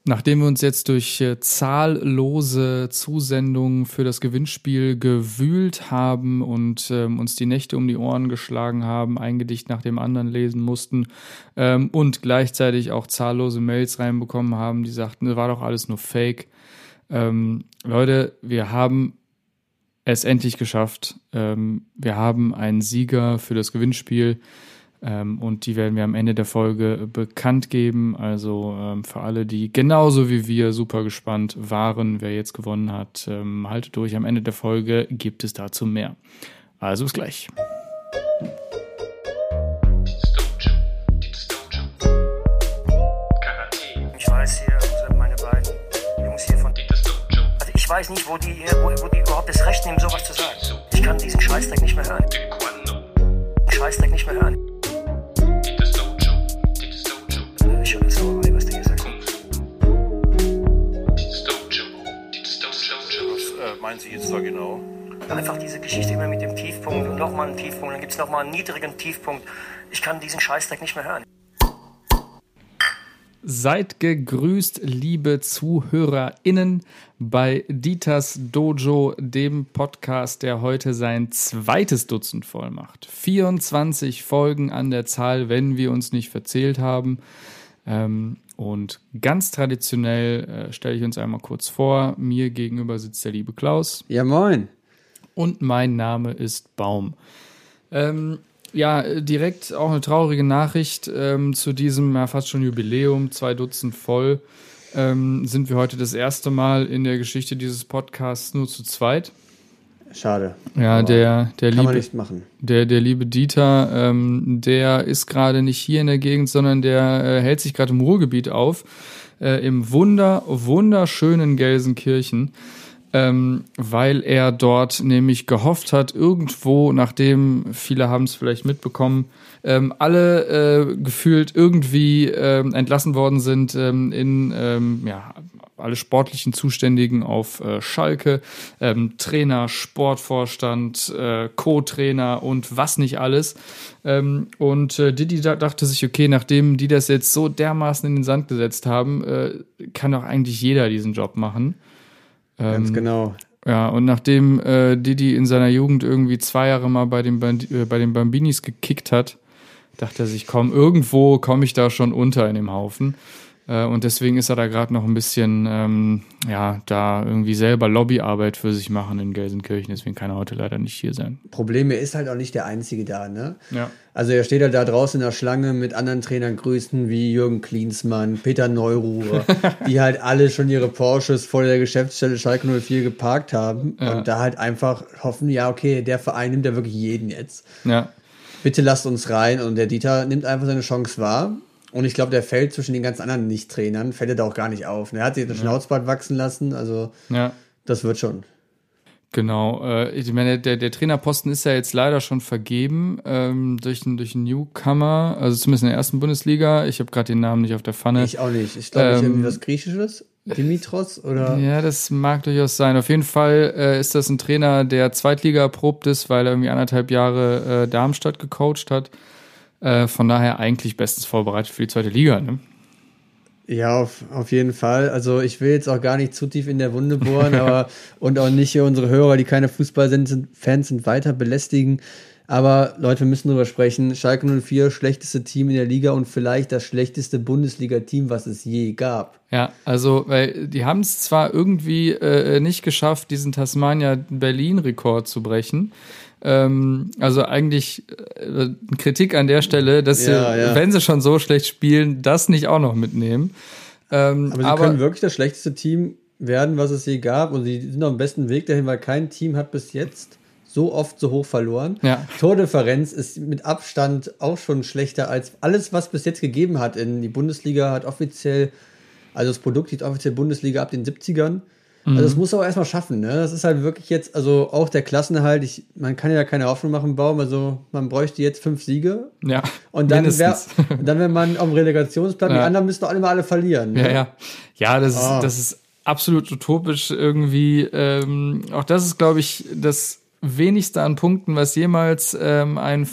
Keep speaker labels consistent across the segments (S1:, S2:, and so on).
S1: Nachdem wir uns jetzt durch zahllose Zusendungen für das Gewinnspiel gewühlt haben und uns die Nächte um die Ohren geschlagen haben, ein Gedicht nach dem anderen lesen mussten und gleichzeitig auch zahllose Mails reinbekommen haben, die sagten, das war doch alles nur Fake. Leute, wir haben es endlich geschafft. Wir haben einen Sieger für das Gewinnspiel. Und die werden wir am Ende der Folge bekannt geben. Also für alle, die genauso wie wir super gespannt waren, wer jetzt gewonnen hat, haltet durch. Am Ende der Folge gibt es dazu mehr. Also bis gleich.
S2: Ich weiß hier, meine beiden Jungs hier von also ich weiß nicht, wo die überhaupt das Recht nehmen, sowas zu sagen. Ich kann diesen Scheißdreck nicht mehr hören. Scheißdreck nicht mehr hören.
S3: Was meinen Sie jetzt da genau?
S2: Einfach diese Geschichte immer mit dem Tiefpunkt und nochmal einen Tiefpunkt, dann gibt es nochmal einen niedrigen Tiefpunkt. Ich kann diesen Scheißdreck nicht mehr hören.
S1: Seid gegrüßt, liebe ZuhörerInnen, bei Dieters Dojo, dem Podcast, der heute sein zweites Dutzend voll macht. 24 Folgen an der Zahl, wenn wir uns nicht verzählt haben. Und ganz traditionell stelle ich uns einmal kurz vor. Mir gegenüber sitzt der liebe Klaus.
S4: Ja, moin.
S1: Und mein Name ist Baum. Ja, direkt auch eine traurige Nachricht zu diesem fast schon Jubiläum, 2 Dutzend voll, sind wir heute das erste Mal in der Geschichte dieses Podcasts nur zu zweit.
S4: Schade.
S1: Ja, der
S4: kann
S1: liebe,
S4: man nicht machen.
S1: Der liebe Dieter, der ist gerade nicht hier in der Gegend, sondern der hält sich gerade im Ruhrgebiet auf, im wunderschönen Gelsenkirchen. Weil er dort nämlich gehofft hat, irgendwo, nachdem, viele haben es vielleicht mitbekommen, alle gefühlt irgendwie entlassen worden sind alle sportlichen Zuständigen auf Schalke, Trainer, Sportvorstand, Co-Trainer und was nicht alles. Und Didi dachte sich, okay, nachdem die das jetzt so dermaßen in den Sand gesetzt haben, kann doch eigentlich jeder diesen Job machen.
S4: Ganz genau.
S1: Ja, und nachdem Didi in seiner Jugend irgendwie 2 Jahre mal bei den Bambinis gekickt hat, dachte er sich, irgendwo komme ich da schon unter in dem Haufen. Und deswegen ist er da gerade noch ein bisschen, da irgendwie selber Lobbyarbeit für sich machen in Gelsenkirchen. Deswegen kann er heute leider nicht hier sein.
S4: Problem, er ist halt auch nicht der Einzige da, ne?
S1: Ja.
S4: Also er steht halt da draußen in der Schlange mit anderen Trainern grüßen wie Jürgen Klinsmann, Peter Neururer, die halt alle schon ihre Porsches vor der Geschäftsstelle Schalke 04 geparkt haben und da halt einfach hoffen, ja okay, der Verein nimmt ja wirklich jeden jetzt.
S1: Ja.
S4: Bitte lasst uns rein und der Dieter nimmt einfach seine Chance wahr. Und ich glaube, der fällt zwischen den ganz anderen Nicht-Trainern, fällt er da auch gar nicht auf. Er hat sich den Schnauzbart wachsen lassen, also das wird schon.
S1: Genau, ich meine, der Trainerposten ist ja jetzt leider schon vergeben durch einen Newcomer, also zumindest in der ersten Bundesliga. Ich habe gerade den Namen nicht auf der Pfanne.
S4: Ich auch nicht. Ich glaube, irgendwie was Griechisches. Dimitros oder?
S1: Ja, das mag durchaus sein. Auf jeden Fall ist das ein Trainer, der Zweitliga erprobt ist, weil er irgendwie 1,5 Jahre Darmstadt gecoacht hat. Von daher eigentlich bestens vorbereitet für die 2. Liga, ne?
S4: Ja, auf jeden Fall. Also ich will jetzt auch gar nicht zu tief in der Wunde bohren, aber und auch nicht hier unsere Hörer, die keine Fußball-Fans sind, weiter belästigen. Aber Leute, wir müssen drüber sprechen. Schalke 04, schlechteste Team in der Liga und vielleicht das schlechteste Bundesliga-Team, was es je gab.
S1: Ja, also, weil die haben es zwar irgendwie nicht geschafft, diesen Tasmania-Berlin-Rekord zu brechen. Also eigentlich Kritik an der Stelle, dass sie, wenn sie schon so schlecht spielen, das nicht auch noch mitnehmen.
S4: Aber sie können wirklich das schlechteste Team werden, was es je gab. Und sie sind auf dem besten Weg dahin, weil kein Team hat bis jetzt so oft so hoch verloren. Ja. Tordifferenz ist mit Abstand auch schon schlechter als alles, was bis jetzt gegeben hat. Die Bundesliga hat offiziell, also das Produkt hieß offiziell Bundesliga ab den 70ern. Also das muss auch erstmal schaffen, ne? Das ist halt wirklich jetzt, also auch der Klassenerhalt, man kann ja keine Hoffnung machen, Baum, also man bräuchte jetzt 5 Siege.
S1: Ja,
S4: und dann wäre man auf dem Relegationsplatz, die anderen müssten doch alle verlieren. Ne?
S1: Ja, das ist absolut utopisch irgendwie. Auch das ist, glaube ich, das wenigste an Punkten, was jemals ein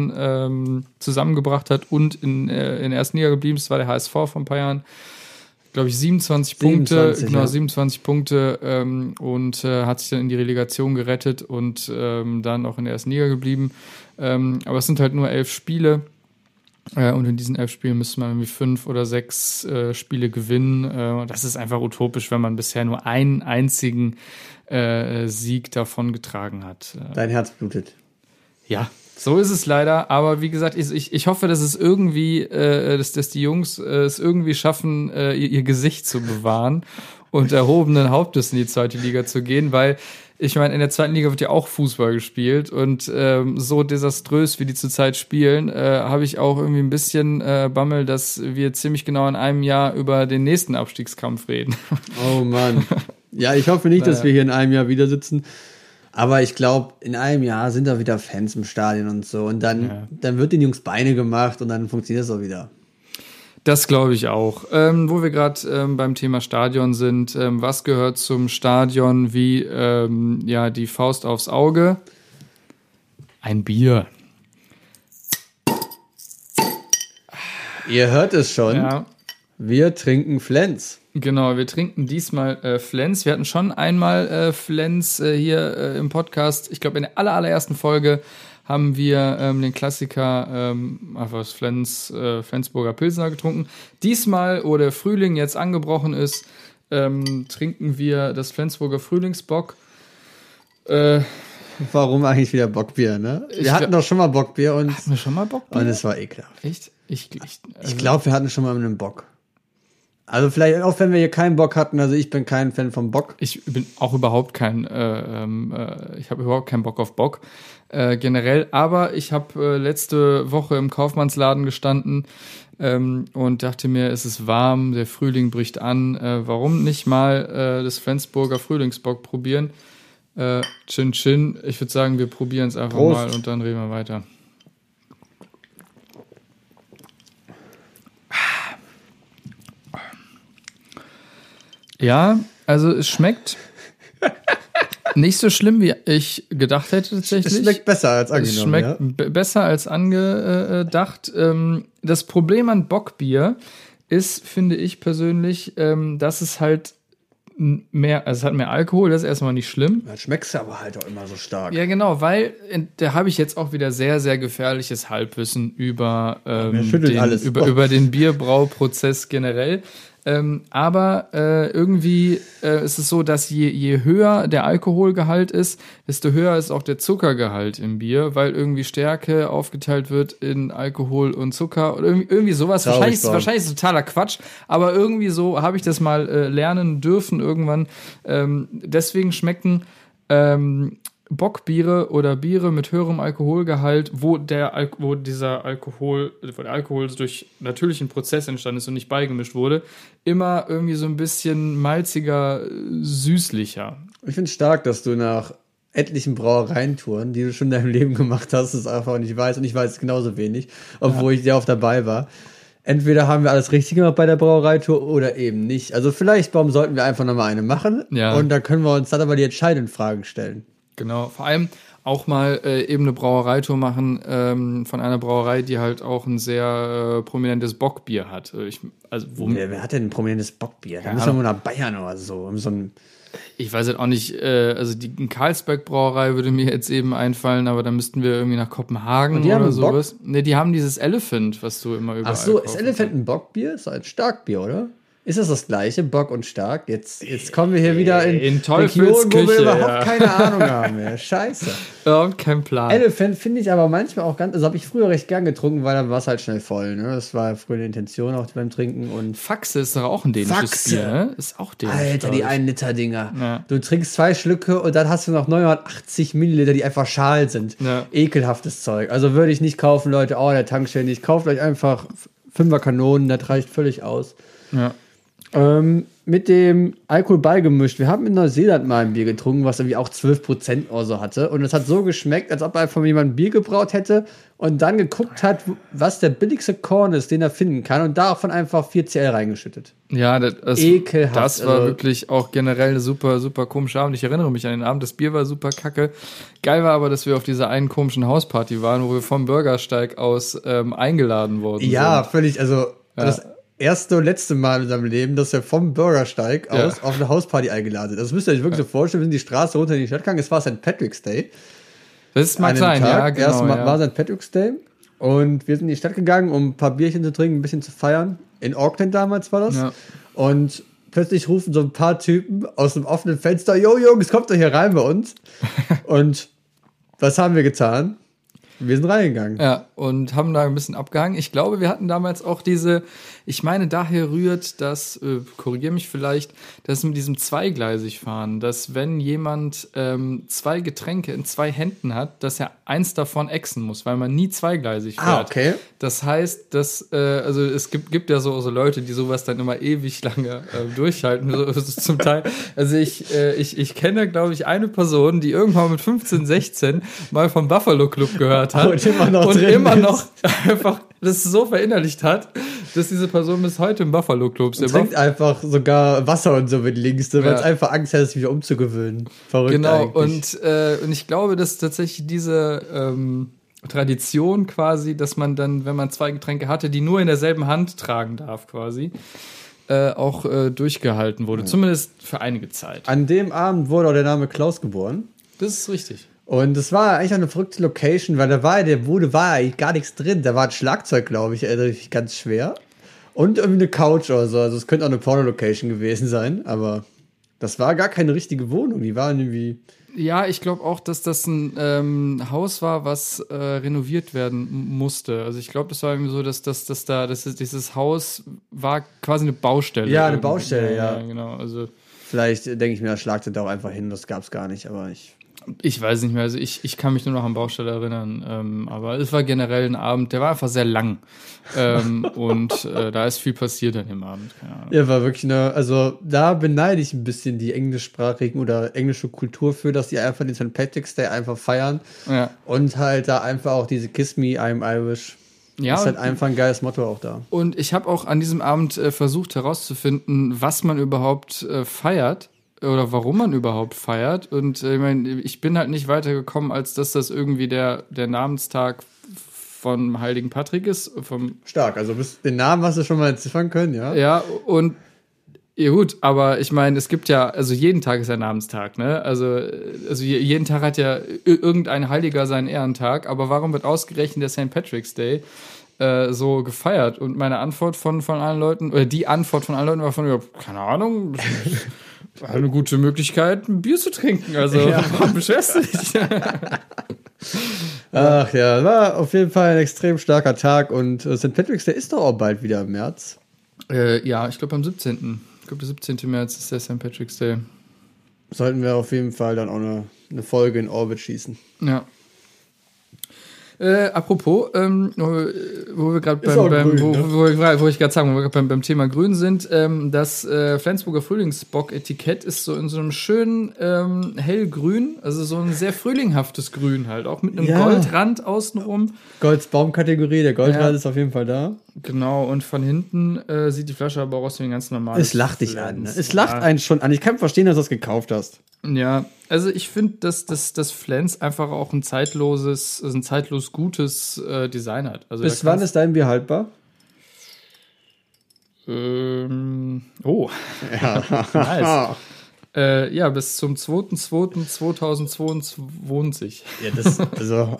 S1: Verein zusammengebracht hat und in der ersten Liga geblieben ist, war der HSV vor ein paar Jahren. glaube ich, 27 Punkte, genau, 27 Punkte und hat sich dann in die Relegation gerettet und dann auch in der ersten Liga geblieben. Aber es sind halt nur 11 Spiele und in diesen 11 Spielen müsste man irgendwie 5 oder 6 Spiele gewinnen. Das ist einfach utopisch, wenn man bisher nur einen einzigen Sieg davon getragen hat.
S4: Dein Herz blutet.
S1: Ja, so ist es leider. Aber wie gesagt, ich hoffe, dass es irgendwie, dass die Jungs es irgendwie schaffen, ihr Gesicht zu bewahren und erhobenen Hauptes in die zweite Liga zu gehen, weil ich meine, in der zweiten Liga wird ja auch Fußball gespielt und so desaströs, wie die zurzeit spielen, habe ich auch irgendwie ein bisschen Bammel, dass wir ziemlich genau in einem Jahr über den nächsten Abstiegskampf reden.
S4: Oh Mann. Ja, ich hoffe nicht, dass wir hier in einem Jahr wieder sitzen. Aber ich glaube, in einem Jahr sind da wieder Fans im Stadion und so. Und dann wird den Jungs Beine gemacht und dann funktioniert es auch wieder.
S1: Das glaube ich auch. Wo wir gerade beim Thema Stadion sind, was gehört zum Stadion wie die Faust aufs Auge? Ein Bier.
S4: Ihr hört es schon. Ja. Wir trinken Flens.
S1: Genau, wir trinken diesmal Flens. Wir hatten schon einmal Flens hier im Podcast. Ich glaube, in der allerersten Folge haben wir den Klassiker Flensburger Pilsner getrunken. Diesmal, wo der Frühling jetzt angebrochen ist, trinken wir das Flensburger Frühlingsbock.
S4: Warum eigentlich wieder Bockbier, ne? Wir hatten doch schon mal Bockbier und
S1: hatten wir schon mal Bockbier?
S4: Und es war ekelhaft.
S1: Echt? Ich
S4: glaube, wir hatten schon mal einen Bock. Also vielleicht auch, wenn wir hier keinen Bock hatten, also ich bin kein Fan vom Bock.
S1: Ich bin auch überhaupt ich habe überhaupt keinen Bock auf Bock generell, aber ich habe letzte Woche im Kaufmannsladen gestanden und dachte mir, es ist warm, der Frühling bricht an, warum nicht mal das Flensburger Frühlingsbock probieren? Chin Chin, ich würde sagen, wir probieren es einfach Prost. Mal und dann reden wir weiter. Ja, also es schmeckt nicht so schlimm, wie ich gedacht hätte tatsächlich.
S4: Es schmeckt besser als angenommen.
S1: Es schmeckt besser als angedacht. Das Problem an Bockbier ist, finde ich persönlich, dass es halt es hat mehr Alkohol, das ist erstmal nicht schlimm.
S4: Dann schmeckt es aber halt auch immer so stark.
S1: Ja, genau, weil da habe ich jetzt auch wieder sehr, sehr gefährliches Halbwissen über den Bierbrauprozess generell. Aber irgendwie ist es so, dass je höher der Alkoholgehalt ist, desto höher ist auch der Zuckergehalt im Bier, weil irgendwie Stärke aufgeteilt wird in Alkohol und Zucker oder irgendwie sowas. Wahrscheinlich ist es totaler Quatsch, aber irgendwie so habe ich das mal lernen dürfen irgendwann. Deswegen schmecken Bockbiere oder Biere mit höherem Alkoholgehalt, wo der Alkohol durch natürlichen Prozess entstanden ist und nicht beigemischt wurde, immer irgendwie so ein bisschen malziger, süßlicher.
S4: Ich finde es stark, dass du nach etlichen Brauereientouren, die du schon in deinem Leben gemacht hast, es einfach nicht weißt und ich weiß es genauso wenig, obwohl ich sehr oft dabei war. Entweder haben wir alles richtig gemacht bei der Brauereitour oder eben nicht. Also vielleicht, warum sollten wir einfach nochmal eine machen? Ja. Und dann können wir uns dann aber die entscheidenden Fragen stellen.
S1: Genau, vor allem auch mal eben eine Brauereitour machen von einer Brauerei, die halt auch ein sehr prominentes Bockbier hat.
S4: Wer hat denn ein prominentes Bockbier? Da müssen wir mal nach Bayern oder so.
S1: Ich weiß halt auch nicht, also die Carlsberg-Brauerei würde mir jetzt eben einfallen, aber da müssten wir irgendwie nach Kopenhagen oder sowas. Ne, die haben dieses Elephant, was du immer überall
S4: Ach so, ist Elephant ein Bockbier? Ist ein Starkbier, oder? Ist das gleiche, Bock und Stark? Jetzt kommen wir hier wieder in
S1: Regionen, wo wir
S4: überhaupt keine Ahnung haben. Ja. Scheiße.
S1: Überhaupt kein Plan.
S4: Elephant finde ich aber manchmal auch also habe ich früher recht gern getrunken, weil dann war es halt schnell voll. Ne? Das war früher die Intention auch beim Trinken. Und
S1: Faxe ist doch auch ein dänisches Bier, ne? Ist auch dänisch.
S4: Alter, die 1-Liter-Dinger. Ja. Du trinkst 2 Schlücke und dann hast du noch 980 Milliliter, die einfach schal sind. Ja. Ekelhaftes Zeug. Also würde ich nicht kaufen, Leute. Oh, der Tankstelle nicht. Kauft euch einfach 5er Kanonen, das reicht völlig aus.
S1: Ja.
S4: Mit dem Alkohol beigemischt. Wir haben in Neuseeland mal ein Bier getrunken, was irgendwie auch 12% oder so hatte. Und es hat so geschmeckt, als ob einfach jemand ein Bier gebraut hätte und dann geguckt hat, was der billigste Korn ist, den er finden kann. Und davon einfach 4 CL reingeschüttet.
S1: Ja,
S4: ekelhaft.
S1: Das war wirklich auch generell eine super, super komische Abend. Ich erinnere mich an den Abend. Das Bier war super kacke. Geil war aber, dass wir auf dieser einen komischen Hausparty waren, wo wir vom Bürgersteig aus eingeladen wurden.
S4: Ja, völlig, also... Ja. erste und letzte Mal in seinem Leben, dass er vom Bürgersteig aus auf eine Hausparty eingeladen ist. Das müsst ihr euch wirklich so vorstellen. Wir sind die Straße runter in die Stadt gegangen. Es war St. Patrick's Day.
S1: Das mag sein, ja, genau.
S4: Erst war St. Patrick's Day. Und wir sind in die Stadt gegangen, um ein paar Bierchen zu trinken, ein bisschen zu feiern. In Auckland damals war das. Ja. Und plötzlich rufen so ein paar Typen aus dem offenen Fenster, yo Jungs, kommt doch hier rein bei uns. Und was haben wir getan? Wir sind reingegangen.
S1: Ja, und haben da ein bisschen abgehangen. Ich glaube, wir hatten damals auch ich meine, daher rührt das, korrigiere mich vielleicht, das mit diesem zweigleisig fahren, dass wenn jemand 2 Getränke in 2 Händen hat, dass er eins davon exen muss, weil man nie zweigleisig fährt.
S4: Ah, okay.
S1: Das heißt, dass, also es gibt ja so Leute, die sowas dann immer ewig lange durchhalten, so zum Teil. Also ich kenne, glaube ich, eine Person, die irgendwann mit 15, 16 mal vom Buffalo Club gehört hat
S4: und immer noch
S1: einfach das so verinnerlicht hat, dass diese Person bis heute im Buffalo Club ist.
S4: Trinkt einfach sogar Wasser und so mit links, weil es einfach Angst hat, sich wieder umzugewöhnen. Verrückt
S1: genau,
S4: eigentlich.
S1: Und ich glaube, dass tatsächlich diese Tradition quasi, dass man dann, wenn man 2 Getränke hatte, die nur in derselben Hand tragen darf quasi, auch durchgehalten wurde. Ja. Zumindest für einige Zeit.
S4: An dem Abend wurde auch der Name Klaus geboren.
S1: Das ist richtig.
S4: Und es war eigentlich eine verrückte Location, weil war eigentlich gar nichts drin. Da war ein Schlagzeug, glaube ich, ganz schwer. Und irgendwie eine Couch oder so. Also es könnte auch eine Porno-Location gewesen sein, aber das war gar keine richtige Wohnung. Die waren irgendwie...
S1: Ja, ich glaube auch, dass das ein Haus war, was renoviert werden musste. Also ich glaube, das war irgendwie so, dass dieses Haus war quasi eine Baustelle.
S4: Ja, eine Baustelle, ja.
S1: Genau, also
S4: vielleicht denke ich mir, das Schlagzeug da auch einfach hin, das gab es gar nicht, aber
S1: ich weiß nicht mehr, also ich kann mich nur noch an Baustelle erinnern, aber es war generell ein Abend, der war einfach sehr lang und da ist viel passiert an dem Abend, keine Ahnung.
S4: Ja, war wirklich also da beneide ich ein bisschen die englischsprachigen oder englische Kultur für, dass die einfach den St. Patrick's Day einfach feiern und halt da einfach auch diese Kiss Me, I'm Irish. Ja, ist halt einfach ein geiles Motto auch da.
S1: Und ich habe auch an diesem Abend versucht herauszufinden, was man überhaupt feiert. Oder warum man überhaupt feiert. Und ich meine, ich bin halt nicht weitergekommen, als dass das irgendwie der Namenstag von Heiligen Patrick ist.
S4: Stark, also den Namen hast du schon mal entziffern können, ja?
S1: Ja, und ja gut, aber ich meine, es gibt ja, also jeden Tag ist ja Namenstag, ne? Also jeden Tag hat ja irgendein Heiliger seinen Ehrentag, aber warum wird ausgerechnet der St. Patrick's Day so gefeiert? Und meine Antwort von allen Leuten, oder die Antwort von allen Leuten war von, keine Ahnung, war eine gute Möglichkeit, ein Bier zu trinken. Also, warum beschwerst du dich?
S4: Ach ja, war auf jeden Fall ein extrem starker Tag. Und St. Patrick's Day ist doch auch bald wieder im März.
S1: Ja, ich glaube am 17. Ich glaube, der 17. März ist der St. Patrick's Day.
S4: Sollten wir auf jeden Fall dann auch eine Folge in Orbit schießen.
S1: Ja. Apropos, wo wir gerade beim Thema Grün sind, das Flensburger Frühlingsbock-Etikett ist so in so einem schönen hellgrün, also so ein sehr frühlinghaftes Grün halt, auch mit einem Goldrand außenrum.
S4: Goldsbaum-Kategorie, der Goldrand ist auf jeden Fall da.
S1: Genau, und von hinten sieht die Flasche aber auch aus wie ein ganz normales.
S4: Es lacht dich an, ne? Es lacht einen schon an. Ich kann verstehen, dass du das gekauft hast.
S1: Ja, also ich finde, dass das Flens einfach auch ein zeitlos gutes Design hat. Also
S4: bis wann ist dein Bier haltbar?
S1: Nice. Ja, bis zum 2.2.2022.
S4: Ja, das, also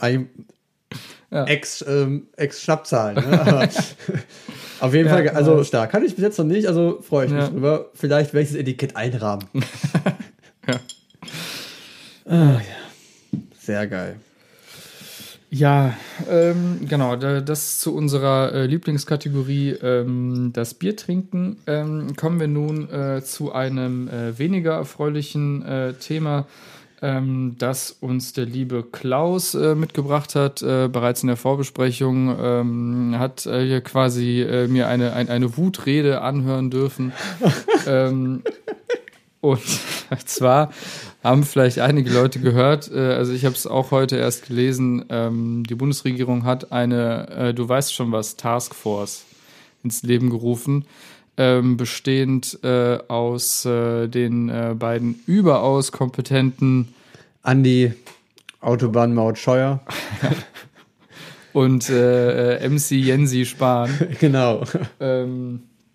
S4: Ex-Schnappzahlen. Ne? Aber auf jeden Fall, also stark. Kann ich bis jetzt noch nicht, also freue ich mich drüber. Vielleicht werde ich das Etikett einrahmen.
S1: Ja.
S4: Ja. Sehr geil.
S1: Ja, genau, das zu unserer Lieblingskategorie, das Bier trinken. Kommen wir nun zu einem weniger erfreulichen Thema, das uns der liebe Klaus mitgebracht hat, bereits in der Vorbesprechung, hat hier quasi mir eine Wutrede anhören dürfen. Und zwar haben vielleicht einige Leute gehört, also ich habe es auch heute erst gelesen, die Bundesregierung hat eine, du weißt schon was, Taskforce ins Leben gerufen, bestehend aus den beiden überaus kompetenten
S4: Andi Autobahnmaut Scheuer
S1: und MC Jensi Spahn.
S4: Genau.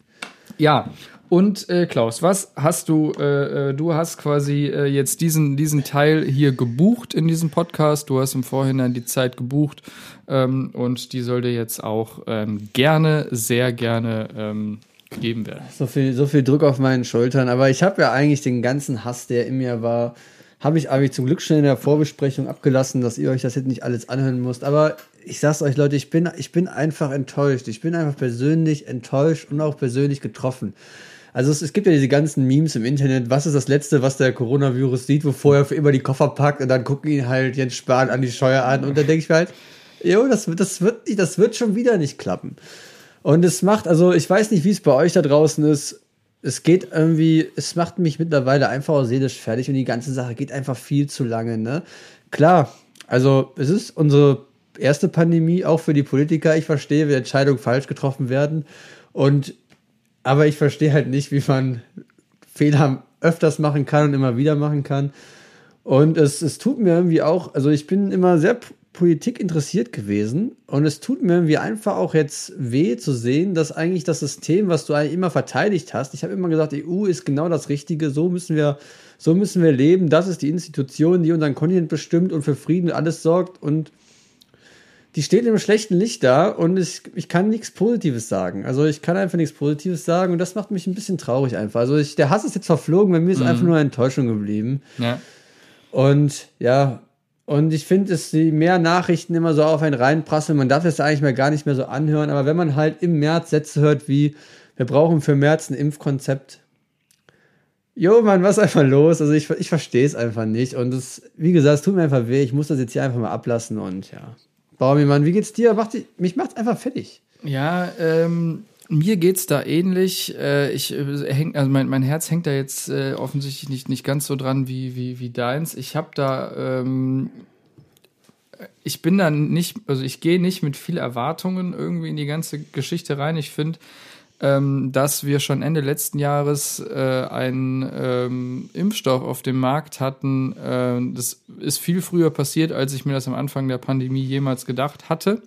S1: Ja, und Klaus, was hast du? Du hast quasi jetzt diesen Teil hier gebucht in diesem Podcast. Du hast im Vorhinein die Zeit gebucht und die soll dir jetzt auch sehr gerne gegeben werden.
S4: So viel Druck auf meinen Schultern, aber ich habe ja eigentlich den ganzen Hass, der in mir war, habe ich zum Glück schon in der Vorbesprechung abgelassen, dass ihr euch das jetzt nicht alles anhören müsst. Aber ich sag's euch, Leute, ich bin einfach enttäuscht. Ich bin einfach persönlich enttäuscht und auch persönlich getroffen. Also es gibt ja diese ganzen Memes im Internet. Was ist das Letzte, was der Coronavirus sieht, wo er für immer die Koffer packt und dann gucken ihn halt Jens Spahn an die Scheuer an und dann denke ich mir halt, das wird schon wieder nicht klappen. Und es macht, also ich weiß nicht, wie es bei euch da draußen ist. Es macht mich mittlerweile einfach auch seelisch fertig und die ganze Sache geht einfach viel zu lange, ne? Klar, also es ist unsere erste Pandemie, auch für die Politiker. Ich verstehe, wie Entscheidungen falsch getroffen werden aber ich verstehe halt nicht, wie man Fehler öfters machen kann und immer wieder machen kann. Und es tut mir irgendwie auch, also ich bin immer sehr Politik interessiert gewesen und es tut mir irgendwie einfach auch jetzt weh zu sehen, dass eigentlich das System, was du eigentlich immer verteidigt hast, ich habe immer gesagt, EU ist genau das Richtige, so müssen wir leben, das ist die Institution, die unseren Kontinent bestimmt und für Frieden und alles sorgt und die steht im schlechten Licht da und ich kann nichts Positives sagen. Also ich kann einfach nichts Positives sagen und das macht mich ein bisschen traurig einfach. Also der Hass ist jetzt verflogen, bei mir ist einfach nur eine Enttäuschung geblieben. Ja. Und ich finde, dass die mehr Nachrichten immer so auf einen reinprasseln. Man darf das eigentlich mal gar nicht mehr so anhören. Aber wenn man halt im März Sätze hört wie, wir brauchen für März ein Impfkonzept. Jo, Mann, was ist einfach los? Also ich verstehe es einfach nicht. Und wie gesagt, es tut mir einfach weh. Ich muss das jetzt hier einfach mal ablassen und ja. Baumi, Mann, wie geht's dir? Mich macht's einfach fertig.
S1: Ja, mir geht's da ähnlich. Mein Herz hängt da jetzt offensichtlich nicht ganz so dran wie deins. Ich habe da, ich bin da nicht, also ich gehe nicht mit viel Erwartungen irgendwie in die ganze Geschichte rein. Ich finde, dass wir schon Ende letzten Jahres einen Impfstoff auf dem Markt hatten. Das ist viel früher passiert, als ich mir das am Anfang der Pandemie jemals gedacht hatte.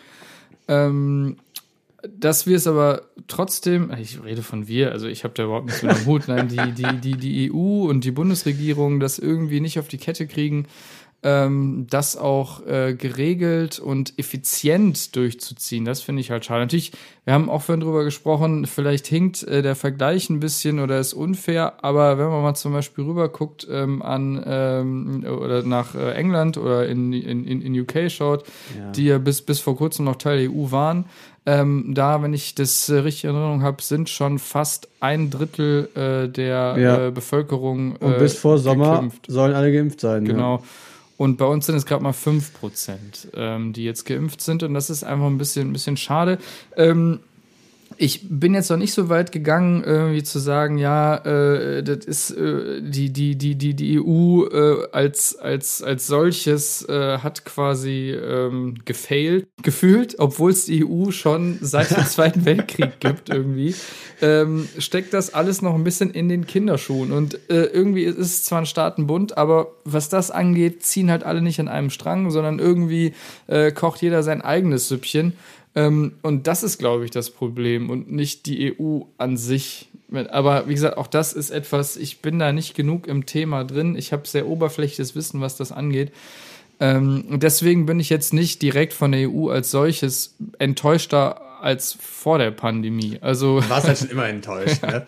S1: Dass wir es aber trotzdem, ich rede von wir, also ich habe da überhaupt nichts mit am Hut, nein, die EU und die Bundesregierung das irgendwie nicht auf die Kette kriegen, das auch geregelt und effizient durchzuziehen. Das finde ich halt schade. Natürlich, wir haben auch vorhin drüber gesprochen, vielleicht hinkt der Vergleich ein bisschen oder ist unfair, aber wenn man mal zum Beispiel rüber guckt oder nach England oder in UK schaut, die ja bis vor kurzem noch Teil der EU waren, da, wenn ich das richtig in Erinnerung habe, sind schon fast 1/3 der Bevölkerung
S4: und bis vor Sommer geimpft. Sollen alle geimpft sein.
S1: Genau. Ja. Und bei uns sind es gerade mal 5%, die jetzt geimpft sind. Und das ist einfach ein bisschen schade. Ich bin jetzt noch nicht so weit gegangen, irgendwie zu sagen, ja, das ist die EU als solches hat quasi gefailt, gefühlt, obwohl es die EU schon seit dem Zweiten Weltkrieg gibt irgendwie, steckt das alles noch ein bisschen in den Kinderschuhen. Und irgendwie ist es zwar ein Staatenbund, aber was das angeht, ziehen halt alle nicht an einem Strang, sondern irgendwie kocht jeder sein eigenes Süppchen. Und das ist, glaube ich, das Problem und nicht die EU an sich. Aber wie gesagt, auch das ist etwas, ich bin da nicht genug im Thema drin. Ich habe sehr oberflächliches Wissen, was das angeht. Und deswegen bin ich jetzt nicht direkt von der EU als solches enttäuschter als vor der Pandemie. Also
S4: du warst halt schon immer enttäuscht, ne?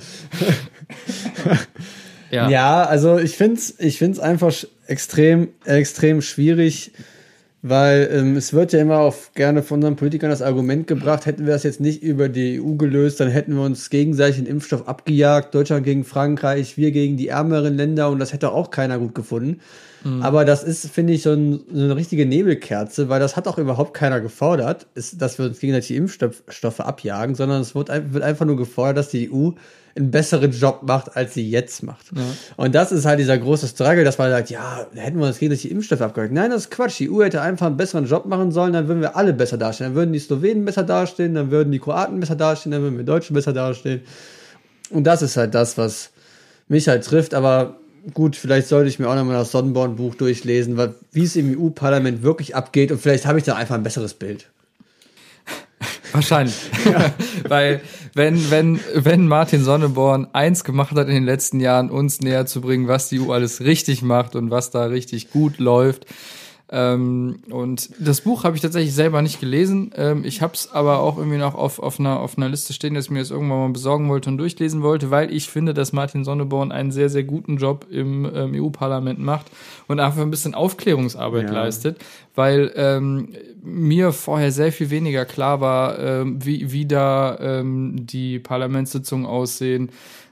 S4: Ja, also ich find's einfach extrem schwierig, weil es wird ja immer auch gerne von unseren Politikern das Argument gebracht, hätten wir das jetzt nicht über die EU gelöst, dann hätten wir uns gegenseitig den Impfstoff abgejagt, Deutschland gegen Frankreich, wir gegen die ärmeren Länder und das hätte auch keiner gut gefunden. Mhm. Aber das ist, finde ich, so eine richtige Nebelkerze, weil das hat auch überhaupt keiner gefordert, dass wir uns gegenseitig die Impfstoffe abjagen, sondern es wird einfach nur gefordert, dass die EU einen besseren Job macht, als sie jetzt macht. Ja. Und das ist halt dieser große Struggle, dass man sagt, ja, hätten wir uns gegenseitig die Impfstoffe abgejagt. Nein, das ist Quatsch. Die EU hätte einfach einen besseren Job machen sollen, dann würden wir alle besser dastehen. Dann würden die Slowenen besser dastehen, dann würden die Kroaten besser dastehen, dann würden wir Deutschen besser dastehen. Und das ist halt das, was mich halt trifft, aber gut, vielleicht sollte ich mir auch nochmal das Sonnenborn-Buch durchlesen, wie es im EU-Parlament wirklich abgeht und vielleicht habe ich da einfach ein besseres Bild.
S1: Wahrscheinlich. Weil wenn Martin Sonneborn eins gemacht hat in den letzten Jahren, uns näher zu bringen, was die EU alles richtig macht und was da richtig gut läuft. Und das Buch habe ich tatsächlich selber nicht gelesen. Ich habe es aber auch irgendwie noch auf einer Liste stehen, dass ich mir das irgendwann mal besorgen wollte und durchlesen wollte, weil ich finde, dass Martin Sonneborn einen sehr, sehr guten Job im EU-Parlament macht und einfach ein bisschen Aufklärungsarbeit leistet, weil mir vorher sehr viel weniger klar war, wie da die Parlamentssitzungen aussehen,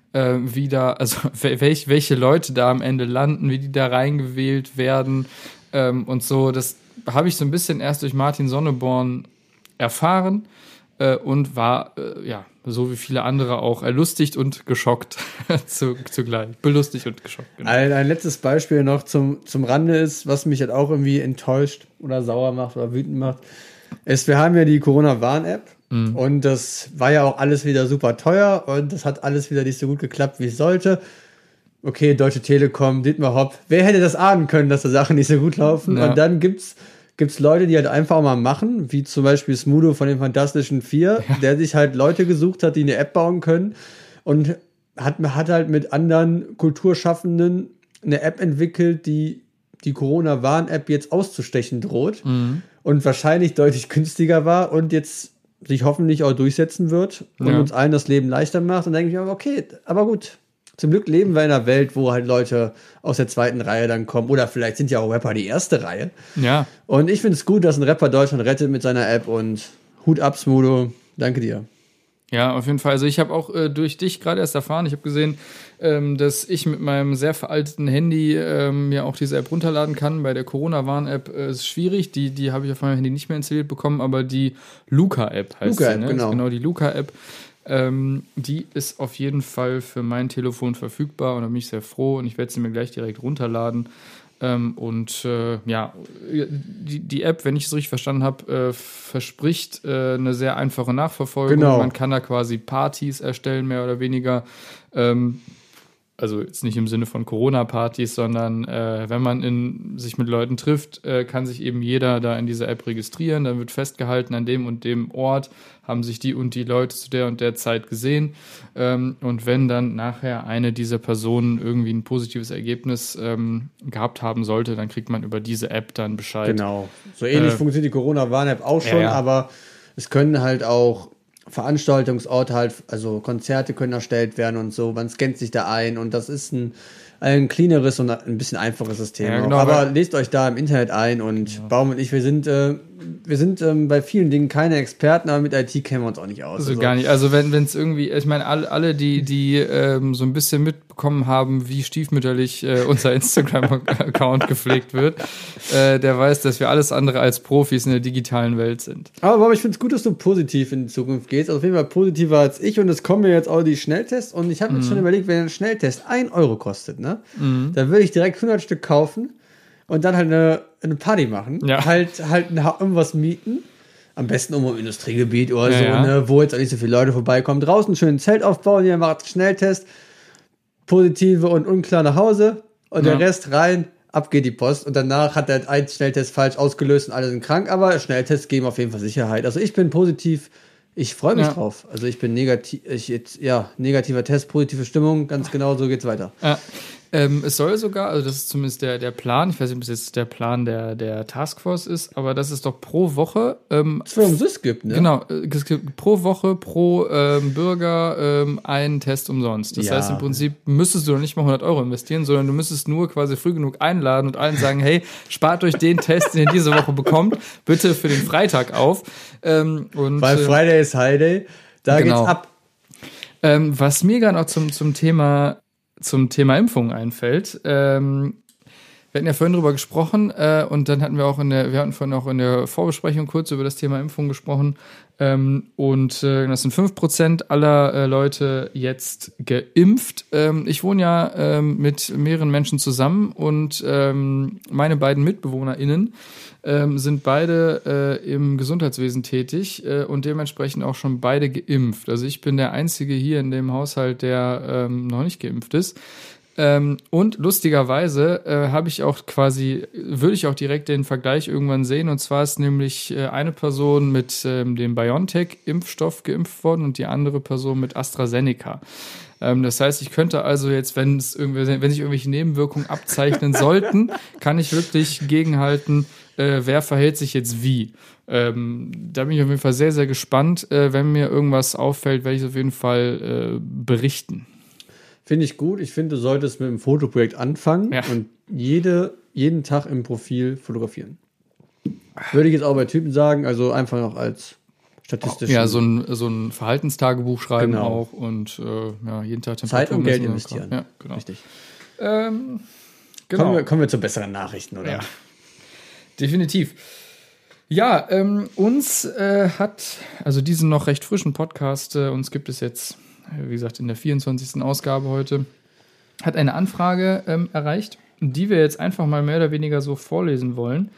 S1: welche Leute da am Ende landen, wie die da reingewählt werden. Und so, das habe ich so ein bisschen erst durch Martin Sonneborn erfahren und war, so wie viele andere auch, erlustigt und geschockt zugleich. Belustigt und geschockt. Genau.
S4: Ein letztes Beispiel noch zum Rande ist, was mich halt auch irgendwie enttäuscht oder sauer macht oder wütend macht, ist, wir haben ja die Corona-Warn-App und das war ja auch alles wieder super teuer und das hat alles wieder nicht so gut geklappt, wie es sollte. Okay, Deutsche Telekom, Dietmar Hopp, wer hätte das ahnen können, dass da Sachen nicht so gut laufen? Ja. Und dann gibt's Leute, die halt einfach auch mal machen, wie zum Beispiel Smudo von den Fantastischen Vier, der sich halt Leute gesucht hat, die eine App bauen können und hat halt mit anderen Kulturschaffenden eine App entwickelt, die Corona-Warn-App jetzt auszustechen droht und wahrscheinlich deutlich günstiger war und jetzt sich hoffentlich auch durchsetzen wird und uns allen das Leben leichter macht. Und dann denke ich mir, okay, aber gut. Zum Glück leben wir in einer Welt, wo halt Leute aus der zweiten Reihe dann kommen. Oder vielleicht sind ja auch Rapper die erste Reihe.
S1: Ja.
S4: Und ich finde es gut, dass ein Rapper Deutschland rettet mit seiner App. Und Hut ab, Smudo. Danke dir.
S1: Ja, auf jeden Fall. Also ich habe auch durch dich gerade erst erfahren, ich habe gesehen, dass ich mit meinem sehr veralteten Handy mir auch diese App runterladen kann. Bei der Corona-Warn-App ist es schwierig. Die habe ich auf meinem Handy nicht mehr installiert bekommen. Aber die Luca-App heißt sie. Ne? Genau, die Luca-App. Die ist auf jeden Fall für mein Telefon verfügbar und da bin ich sehr froh und ich werde sie mir gleich direkt runterladen. Die App, wenn ich es richtig verstanden habe, verspricht eine sehr einfache Nachverfolgung. Genau. Man kann da quasi Partys erstellen, mehr oder weniger. Also jetzt nicht im Sinne von Corona-Partys, sondern wenn man sich mit Leuten trifft, kann sich eben jeder da in dieser App registrieren. Dann wird festgehalten, an dem und dem Ort haben sich die und die Leute zu der und der Zeit gesehen. Und wenn dann nachher eine dieser Personen irgendwie ein positives Ergebnis gehabt haben sollte, dann kriegt man über diese App dann Bescheid.
S4: Genau. So ähnlich funktioniert die Corona-Warn-App auch schon, aber es können halt auch Veranstaltungsorte halt, also Konzerte können erstellt werden und so, man scannt sich da ein und das ist ein cleaneres und ein bisschen einfaches System. Ja, genau, aber lest euch da im Internet ein und Baum und ich, wir sind bei vielen Dingen keine Experten, aber mit IT kennen wir uns auch nicht aus.
S1: Also gar nicht. Also wenn es irgendwie, ich meine, alle die so ein bisschen mitbekommen haben, wie stiefmütterlich unser Instagram-Account gepflegt wird, der weiß, dass wir alles andere als Profis in der digitalen Welt sind.
S4: Aber ich finde es gut, dass du positiv in die Zukunft gehst. Also auf jeden Fall positiver als ich und es kommen mir jetzt auch die Schnelltests und ich habe jetzt schon überlegt, wenn ein Schnelltest 1 Euro kostet, ne? Dann würde ich direkt 100 Stück kaufen und dann halt eine Party machen. Ja. Halt irgendwas mieten. Am besten irgendwo im Industriegebiet oder so, ne? Wo jetzt auch nicht so viele Leute vorbeikommen. Draußen schön ein Zelt aufbauen, ihr macht Schnelltest, positive und unklar nach Hause und der Rest rein, ab geht die Post. Und danach hat der ein Schnelltest falsch ausgelöst und alle sind krank, aber Schnelltests geben auf jeden Fall Sicherheit. Also ich bin positiv. Ich freue mich drauf. Also ich bin negativer Test, positive Stimmung, ganz genau, so geht's weiter.
S1: Ja. Es soll sogar, also das ist zumindest der Plan, ich weiß nicht, ob es jetzt der Plan der Taskforce ist, aber dass es doch pro Woche
S4: es gibt, ne?
S1: Genau, es gibt pro Woche, pro Bürger einen Test umsonst. Das heißt, im Prinzip müsstest du doch nicht mal 100 Euro investieren, sondern du müsstest nur quasi früh genug einladen und allen sagen, hey, spart euch den Test, den ihr diese Woche bekommt, bitte für den Freitag auf.
S4: Weil Friday is High Day, da geht's ab.
S1: Was mir gerade noch zum Thema Impfung einfällt. Wir hatten ja vorhin drüber gesprochen und dann hatten wir vorhin auch in der Vorbesprechung kurz über das Thema Impfung gesprochen das sind 5% aller Leute jetzt geimpft. Ich wohne ja mit mehreren Menschen zusammen und meine beiden MitbewohnerInnen sind beide im Gesundheitswesen tätig und dementsprechend auch schon beide geimpft. Also ich bin der Einzige hier in dem Haushalt, der noch nicht geimpft ist. Und lustigerweise würde ich auch direkt den Vergleich irgendwann sehen. Und zwar ist nämlich eine Person mit dem BioNTech-Impfstoff geimpft worden und die andere Person mit AstraZeneca. Das heißt, ich könnte also jetzt, wenn sich irgendwelche Nebenwirkungen abzeichnen sollten, kann ich wirklich gegenhalten, wer verhält sich jetzt wie. Da bin ich auf jeden Fall sehr, sehr gespannt. Wenn mir irgendwas auffällt, werde ich es auf jeden Fall berichten.
S4: Finde ich gut. Ich finde, du solltest mit dem Fotoprojekt anfangen und jeden Tag im Profil fotografieren. Würde ich jetzt auch bei Typen sagen, also einfach noch als statistisch.
S1: Ja, so ein Verhaltenstagebuch schreiben auch und jeden Tag Temperatur
S4: Zeit und Geld investieren.
S1: Ja, genau.
S4: Richtig.
S1: Genau.
S4: Kommen wir zu besseren Nachrichten, oder?
S1: Ja, definitiv. Ja, uns also diesen noch recht frischen Podcast, uns gibt es jetzt, wie gesagt, in der 24. Ausgabe heute, hat eine Anfrage erreicht, die wir jetzt einfach mal mehr oder weniger so vorlesen wollen.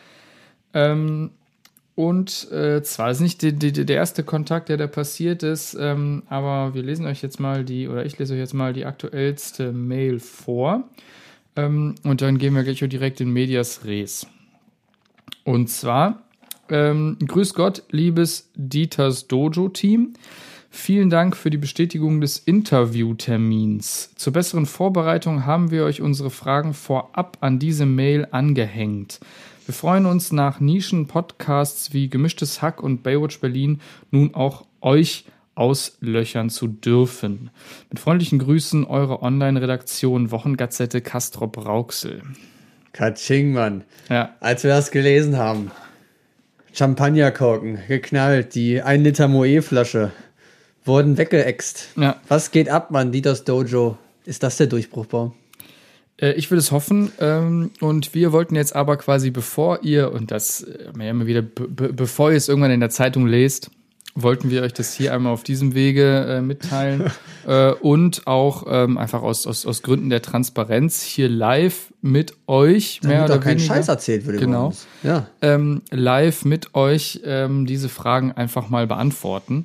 S1: Und zwar ist nicht der erste Kontakt, der da passiert ist, aber ich lese euch jetzt mal die aktuellste Mail vor. Und dann gehen wir gleich direkt in Medias Res. Und zwar, grüß Gott, liebes Dieters Dojo-Team. Vielen Dank für die Bestätigung des Interviewtermins. Zur besseren Vorbereitung haben wir euch unsere Fragen vorab an diese Mail angehängt. Wir freuen uns, nach Nischen-Podcasts wie Gemischtes Hack und Baywatch Berlin nun auch euch auslöchern zu dürfen. Mit freundlichen Grüßen, eure Online-Redaktion Wochengazette Castrop-Rauxel.
S4: Katsching, Mann.
S1: Ja.
S4: Als wir das gelesen haben, Champagnerkorken geknallt, die 1 Liter Moe-Flasche wurden weggeäxt.
S1: Ja.
S4: Was geht ab, Mann? Dieters Dojo. Ist das der Durchbruchbaum?
S1: Ich würde es hoffen. Und wir wollten jetzt aber quasi, bevor ihr es irgendwann in der Zeitung lest, wollten wir euch das hier einmal auf diesem Wege mitteilen und auch einfach aus Gründen der Transparenz hier live mit euch,
S4: mehr oder weniger. Keinen Scheiß erzählt würde.
S1: Genau.
S4: Ja.
S1: Live mit euch diese Fragen einfach mal beantworten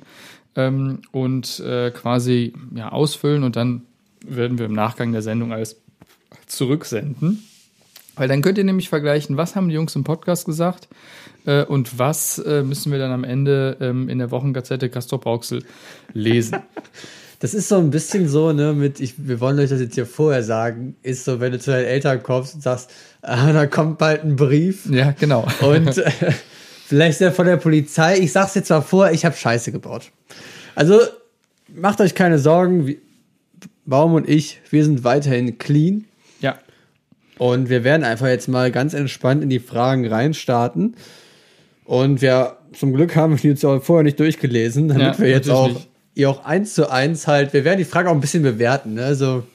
S1: und quasi ausfüllen und dann werden wir im Nachgang der Sendung alles zurücksenden. Weil dann könnt ihr nämlich vergleichen, was haben die Jungs im Podcast gesagt und was müssen wir dann am Ende in der Wochengazette Castrop-Rauxel lesen.
S4: Das ist so ein bisschen so, ne, wir wollen euch das jetzt hier vorher sagen, ist so, wenn du zu deinen Eltern kommst und sagst, da kommt bald ein Brief.
S1: Ja, genau.
S4: Und vielleicht ist der von der Polizei, ich sag's jetzt mal vor, ich habe Scheiße gebaut. Also, macht euch keine Sorgen, Baum und ich, wir sind weiterhin clean.
S1: Ja.
S4: Und wir werden einfach jetzt mal ganz entspannt in die Fragen reinstarten. Und wir zum Glück haben wir die jetzt auch vorher nicht durchgelesen, damit wir jetzt auch ihr auch 1:1 halt, wir werden die Frage auch ein bisschen bewerten, ne? Also,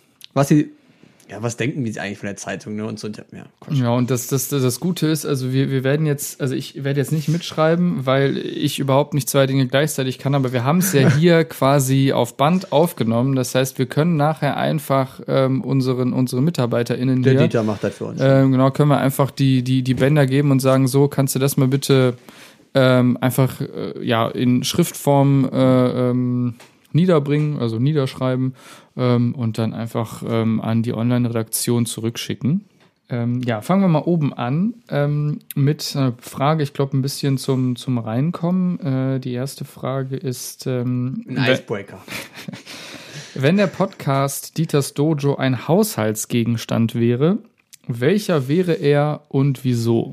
S4: was denken die eigentlich von der Zeitung, ne? Und so,
S1: ja, und das Gute ist, also wir werden jetzt, also ich werde jetzt nicht mitschreiben, weil ich überhaupt nicht 2 Dinge gleichzeitig kann, aber wir haben es ja hier quasi auf Band aufgenommen. Das heißt, wir können nachher einfach unsere MitarbeiterInnen
S4: der Dieter macht das für uns.
S1: Genau, können wir einfach die Bänder geben und sagen, so, kannst du das mal bitte einfach in Schriftform niederbringen, also niederschreiben und dann einfach an die Online-Redaktion zurückschicken. Fangen wir mal oben an mit einer Frage, ich glaube, ein bisschen zum Reinkommen. Die erste Frage ist
S4: ein Icebreaker.
S1: Wenn der Podcast Dieters Dojo ein Haushaltsgegenstand wäre, welcher wäre er und wieso?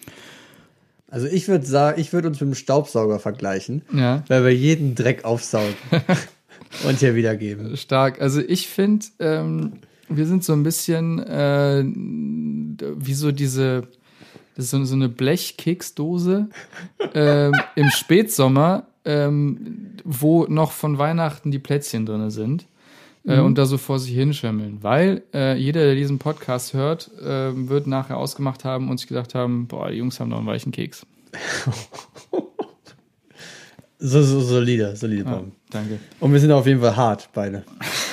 S4: Also ich würde sagen, ich würde uns mit dem Staubsauger vergleichen,
S1: weil
S4: wir jeden Dreck aufsaugen und hier wiedergeben.
S1: Stark. Also ich finde, wir sind so ein bisschen wie so das ist so eine Blechkeksdose im Spätsommer, wo noch von Weihnachten die Plätzchen drin sind und da so vor sich hinschimmeln. Weil jeder, der diesen Podcast hört, wird nachher ausgemacht haben und sich gesagt haben, boah, die Jungs haben noch einen weichen Keks.
S4: So solide Baum.
S1: Danke.
S4: Und wir sind auf jeden Fall hart, beide.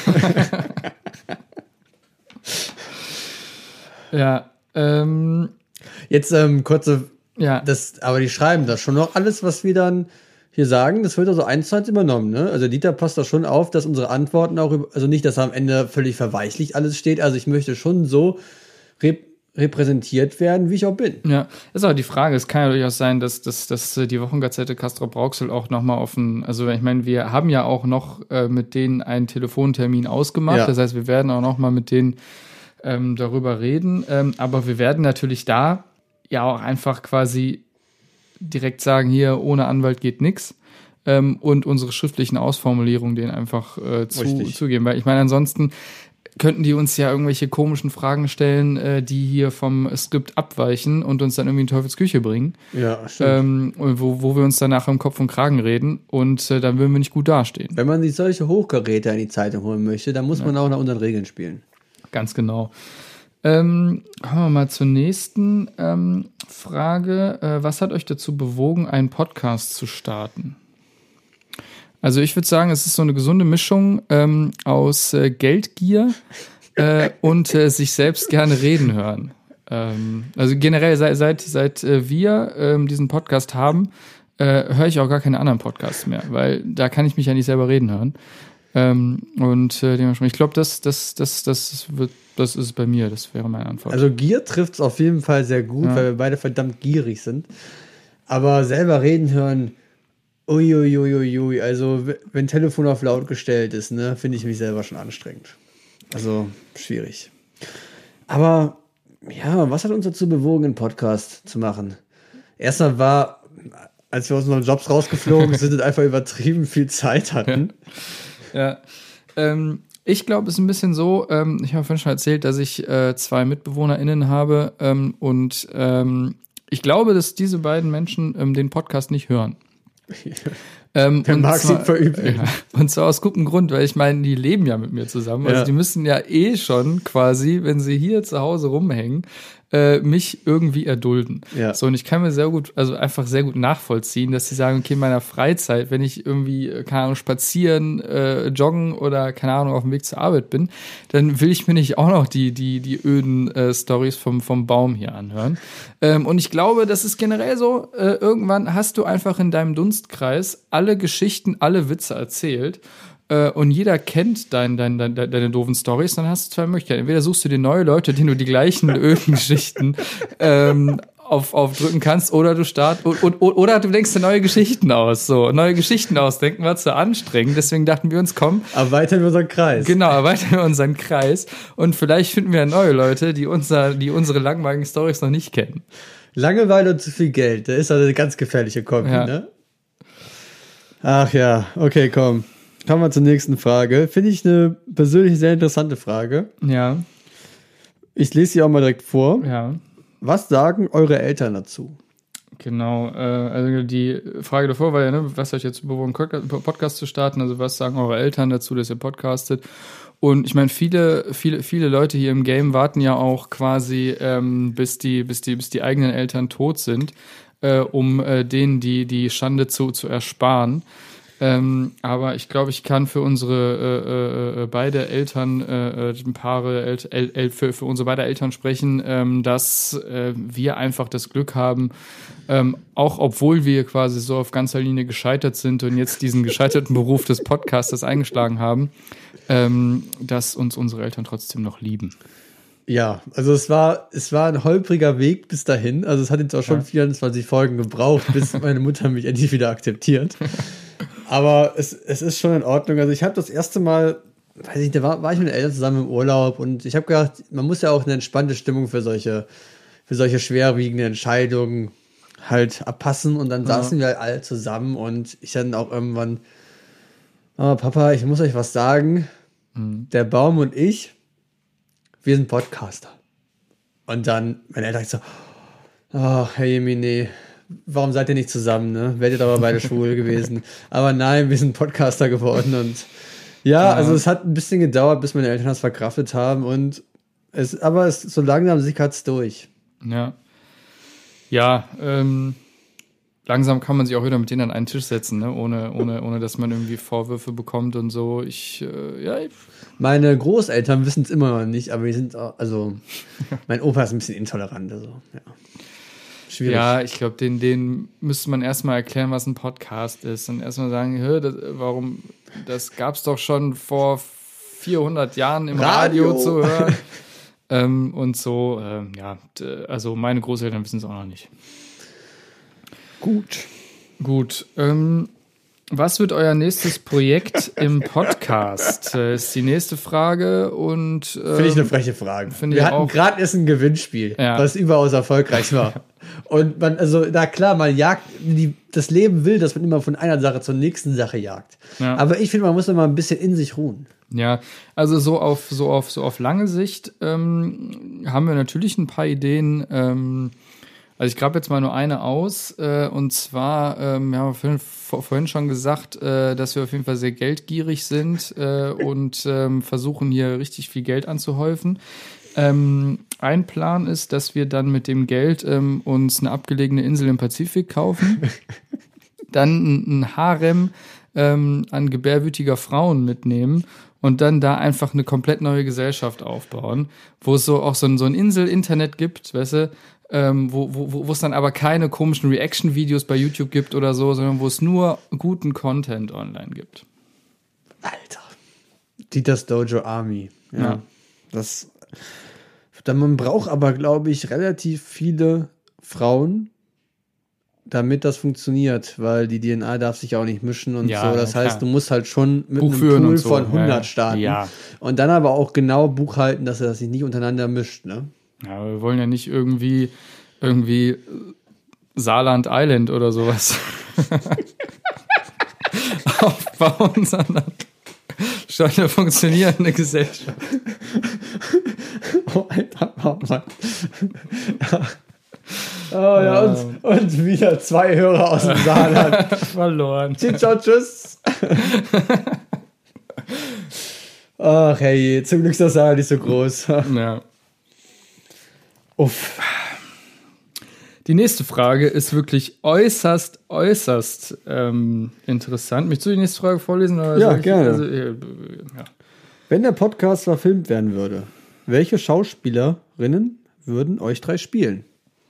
S1: Ja.
S4: Jetzt kurze.
S1: Ja.
S4: Aber die schreiben das schon noch alles, was wir dann hier sagen, das wird also 1:1 übernommen, ne? Also Dieter passt da schon auf, dass unsere Antworten auch, also nicht, dass am Ende völlig verweichlicht alles steht, also ich möchte schon so repräsentiert werden, wie ich auch bin.
S1: Ja, ist aber die Frage, es kann ja durchaus sein, dass die Wochengazette Castrop-Rauxel auch nochmal also ich meine, wir haben ja auch noch mit denen einen Telefontermin ausgemacht, das heißt, wir werden auch nochmal mit denen darüber reden, aber wir werden natürlich da ja auch einfach quasi direkt sagen, hier ohne Anwalt geht nix und unsere schriftlichen Ausformulierungen denen einfach zugeben, weil ich meine, ansonsten könnten die uns ja irgendwelche komischen Fragen stellen, die hier vom Skript abweichen und uns dann irgendwie in Teufelsküche bringen.
S4: Ja, stimmt.
S1: Wo wir uns danach im Kopf und Kragen reden und dann würden wir nicht gut dastehen.
S4: Wenn man sich solche Hochkaräter in die Zeitung holen möchte, dann muss man auch nach unseren Regeln spielen.
S1: Ganz genau. Kommen wir mal zur nächsten Frage. Was hat euch dazu bewogen, einen Podcast zu starten? Also ich würde sagen, es ist so eine gesunde Mischung aus Geldgier und sich selbst gerne reden hören. Also generell, seit wir diesen Podcast haben, höre ich auch gar keine anderen Podcasts mehr, weil da kann ich mich ja nicht selber reden hören. Und dementsprechend, ich glaube, das ist bei mir, das wäre meine Antwort.
S4: Also Gier trifft es auf jeden Fall sehr gut, weil wir beide verdammt gierig sind. Aber selber reden hören, uiuiuiui, also wenn Telefon auf laut gestellt ist, ne, finde ich mich selber schon anstrengend. Also schwierig. Aber ja, was hat uns dazu bewogen, einen Podcast zu machen? Erstmal war, als wir aus unseren Jobs rausgeflogen sind und einfach übertrieben viel Zeit hatten.
S1: Ja. Ich glaube, es ist ein bisschen so, ich habe vorhin schon erzählt, dass ich 2 MitbewohnerInnen habe und ich glaube, dass diese beiden Menschen den Podcast nicht hören.
S4: Der mag sie verübeln.
S1: Ja, und zwar aus gutem Grund, weil ich meine, die leben ja mit mir zusammen. Also die müssen ja schon quasi, wenn sie hier zu Hause rumhängen, mich irgendwie erdulden. Ja. So, und ich kann mir einfach sehr gut nachvollziehen, dass sie sagen, okay, in meiner Freizeit, wenn ich irgendwie, keine Ahnung, spazieren, joggen oder, keine Ahnung, auf dem Weg zur Arbeit bin, dann will ich mir nicht auch noch die öden Storys vom Baum hier anhören. Und ich glaube, das ist generell so, irgendwann hast du einfach in deinem Dunstkreis alle Geschichten, alle Witze erzählt. Und jeder kennt deine doofen Storys, dann hast du 2 Möglichkeiten. Entweder suchst du dir neue Leute, denen du die gleichen öden Geschichten aufdrücken kannst, oder du oder du denkst dir neue Geschichten aus. So, neue Geschichten ausdenken war zu anstrengend, deswegen dachten wir uns, komm,
S4: erweitern wir unseren Kreis.
S1: Genau, erweitern wir unseren Kreis und vielleicht finden wir neue Leute, die unsere langweiligen Storys noch nicht kennen.
S4: Langeweile und zu viel Geld, da ist also eine ganz gefährliche Kombi, ne? Ach ja, okay, komm. Kommen wir zur nächsten Frage. Finde ich eine persönlich sehr interessante Frage.
S1: Ja.
S4: Ich lese sie auch mal direkt vor.
S1: Ja.
S4: Was sagen eure Eltern dazu?
S1: Genau, also die Frage davor war ja, ne, was euch jetzt bewogen, Podcast zu starten, also was sagen eure Eltern dazu, dass ihr podcastet? Und ich meine, viele Leute hier im Game warten ja auch quasi, bis die eigenen Eltern tot sind, um denen die Schande zu ersparen. Aber ich glaube, ich kann für unsere beide Elternpaare, für unsere beide Eltern sprechen, dass wir einfach das Glück haben, auch obwohl wir quasi so auf ganzer Linie gescheitert sind und jetzt diesen gescheiterten Beruf des Podcasters eingeschlagen haben, dass uns unsere Eltern trotzdem noch lieben.
S4: Ja, also es war ein holpriger Weg bis dahin. Also es hat jetzt auch schon 24 Folgen gebraucht, bis meine Mutter mich endlich wieder akzeptiert. Aber es ist schon in Ordnung. Also ich habe das erste Mal, weiß ich, da war ich mit den Eltern zusammen im Urlaub und ich habe gedacht, man muss ja auch eine entspannte Stimmung für solche schwerwiegende Entscheidungen halt abpassen. Und dann saßen wir halt alle zusammen und ich dann auch irgendwann, oh, Papa, ich muss euch was sagen. Der Baum und ich, wir sind Podcaster. Und dann meine Eltern so, oh, Herr Jemine, warum seid ihr nicht zusammen, ne? Werdet aber beide schwul gewesen. Aber nein, wir sind Podcaster geworden und also es hat ein bisschen gedauert, bis meine Eltern das verkraftet haben und so langsam sickert's durch.
S1: Ja. Ja, langsam kann man sich auch wieder mit denen an einen Tisch setzen, ne? Ohne dass man irgendwie Vorwürfe bekommt und so.
S4: Meine Großeltern wissen es immer noch nicht, aber wir sind auch, also mein Opa ist ein bisschen intolerant, also ja. schwierig.
S1: Ja, ich glaube, denen müsste man erstmal erklären, was ein Podcast ist. Und erstmal sagen, das gab es doch schon vor 400 Jahren im Radio zu hören. Und so, also meine Großeltern wissen es auch noch nicht. Gut. Was wird euer nächstes Projekt im Podcast? Ist die nächste Frage. Und
S4: finde ich eine freche Frage. Wir hatten gerade erst ein Gewinnspiel, was überaus erfolgreich war. Und man jagt, das Leben will, dass man immer von einer Sache zur nächsten Sache jagt. Ja. Aber ich finde, man muss immer ein bisschen in sich ruhen.
S1: Ja, also so auf lange Sicht haben wir natürlich ein paar Ideen. Also ich grabe jetzt mal nur eine aus, und zwar, wir haben vorhin schon gesagt, dass wir auf jeden Fall sehr geldgierig sind und versuchen hier richtig viel Geld anzuhäufen. Ein Plan ist, dass wir dann mit dem Geld uns eine abgelegene Insel im Pazifik kaufen, dann ein Harem an gebärwütiger Frauen mitnehmen und dann da einfach eine komplett neue Gesellschaft aufbauen, wo es so auch so ein Insel-Internet gibt, weißt du, wo es dann aber keine komischen Reaction-Videos bei YouTube gibt oder so, sondern wo es nur guten Content online gibt.
S4: Alter. Dieters Dojo Army. Ja. Man braucht aber, glaube ich, relativ viele Frauen, damit das funktioniert, weil die DNA darf sich auch nicht mischen und so. Das heißt, du musst halt schon mit einem Pool von 100 starten. Ja. Und dann aber auch genau buchhalten, dass er das sich nicht untereinander mischt, ne?
S1: Ja, wir wollen ja nicht irgendwie Saarland Island oder sowas aufbauen, sondern schon eine funktionierende Gesellschaft.
S4: Oh, Alter, Mann. Oh ja, und wieder 2 Hörer aus dem Saarland.
S1: Verloren.
S4: Ciao, tschüss. Ach hey, zum Glück ist das Saarland nicht so groß.
S1: Ja. Uff. Die nächste Frage ist wirklich äußerst interessant. Möchtest du die nächste Frage vorlesen? Oder
S4: ja, gerne. Wenn der Podcast verfilmt werden würde, welche Schauspielerinnen würden euch 3 spielen?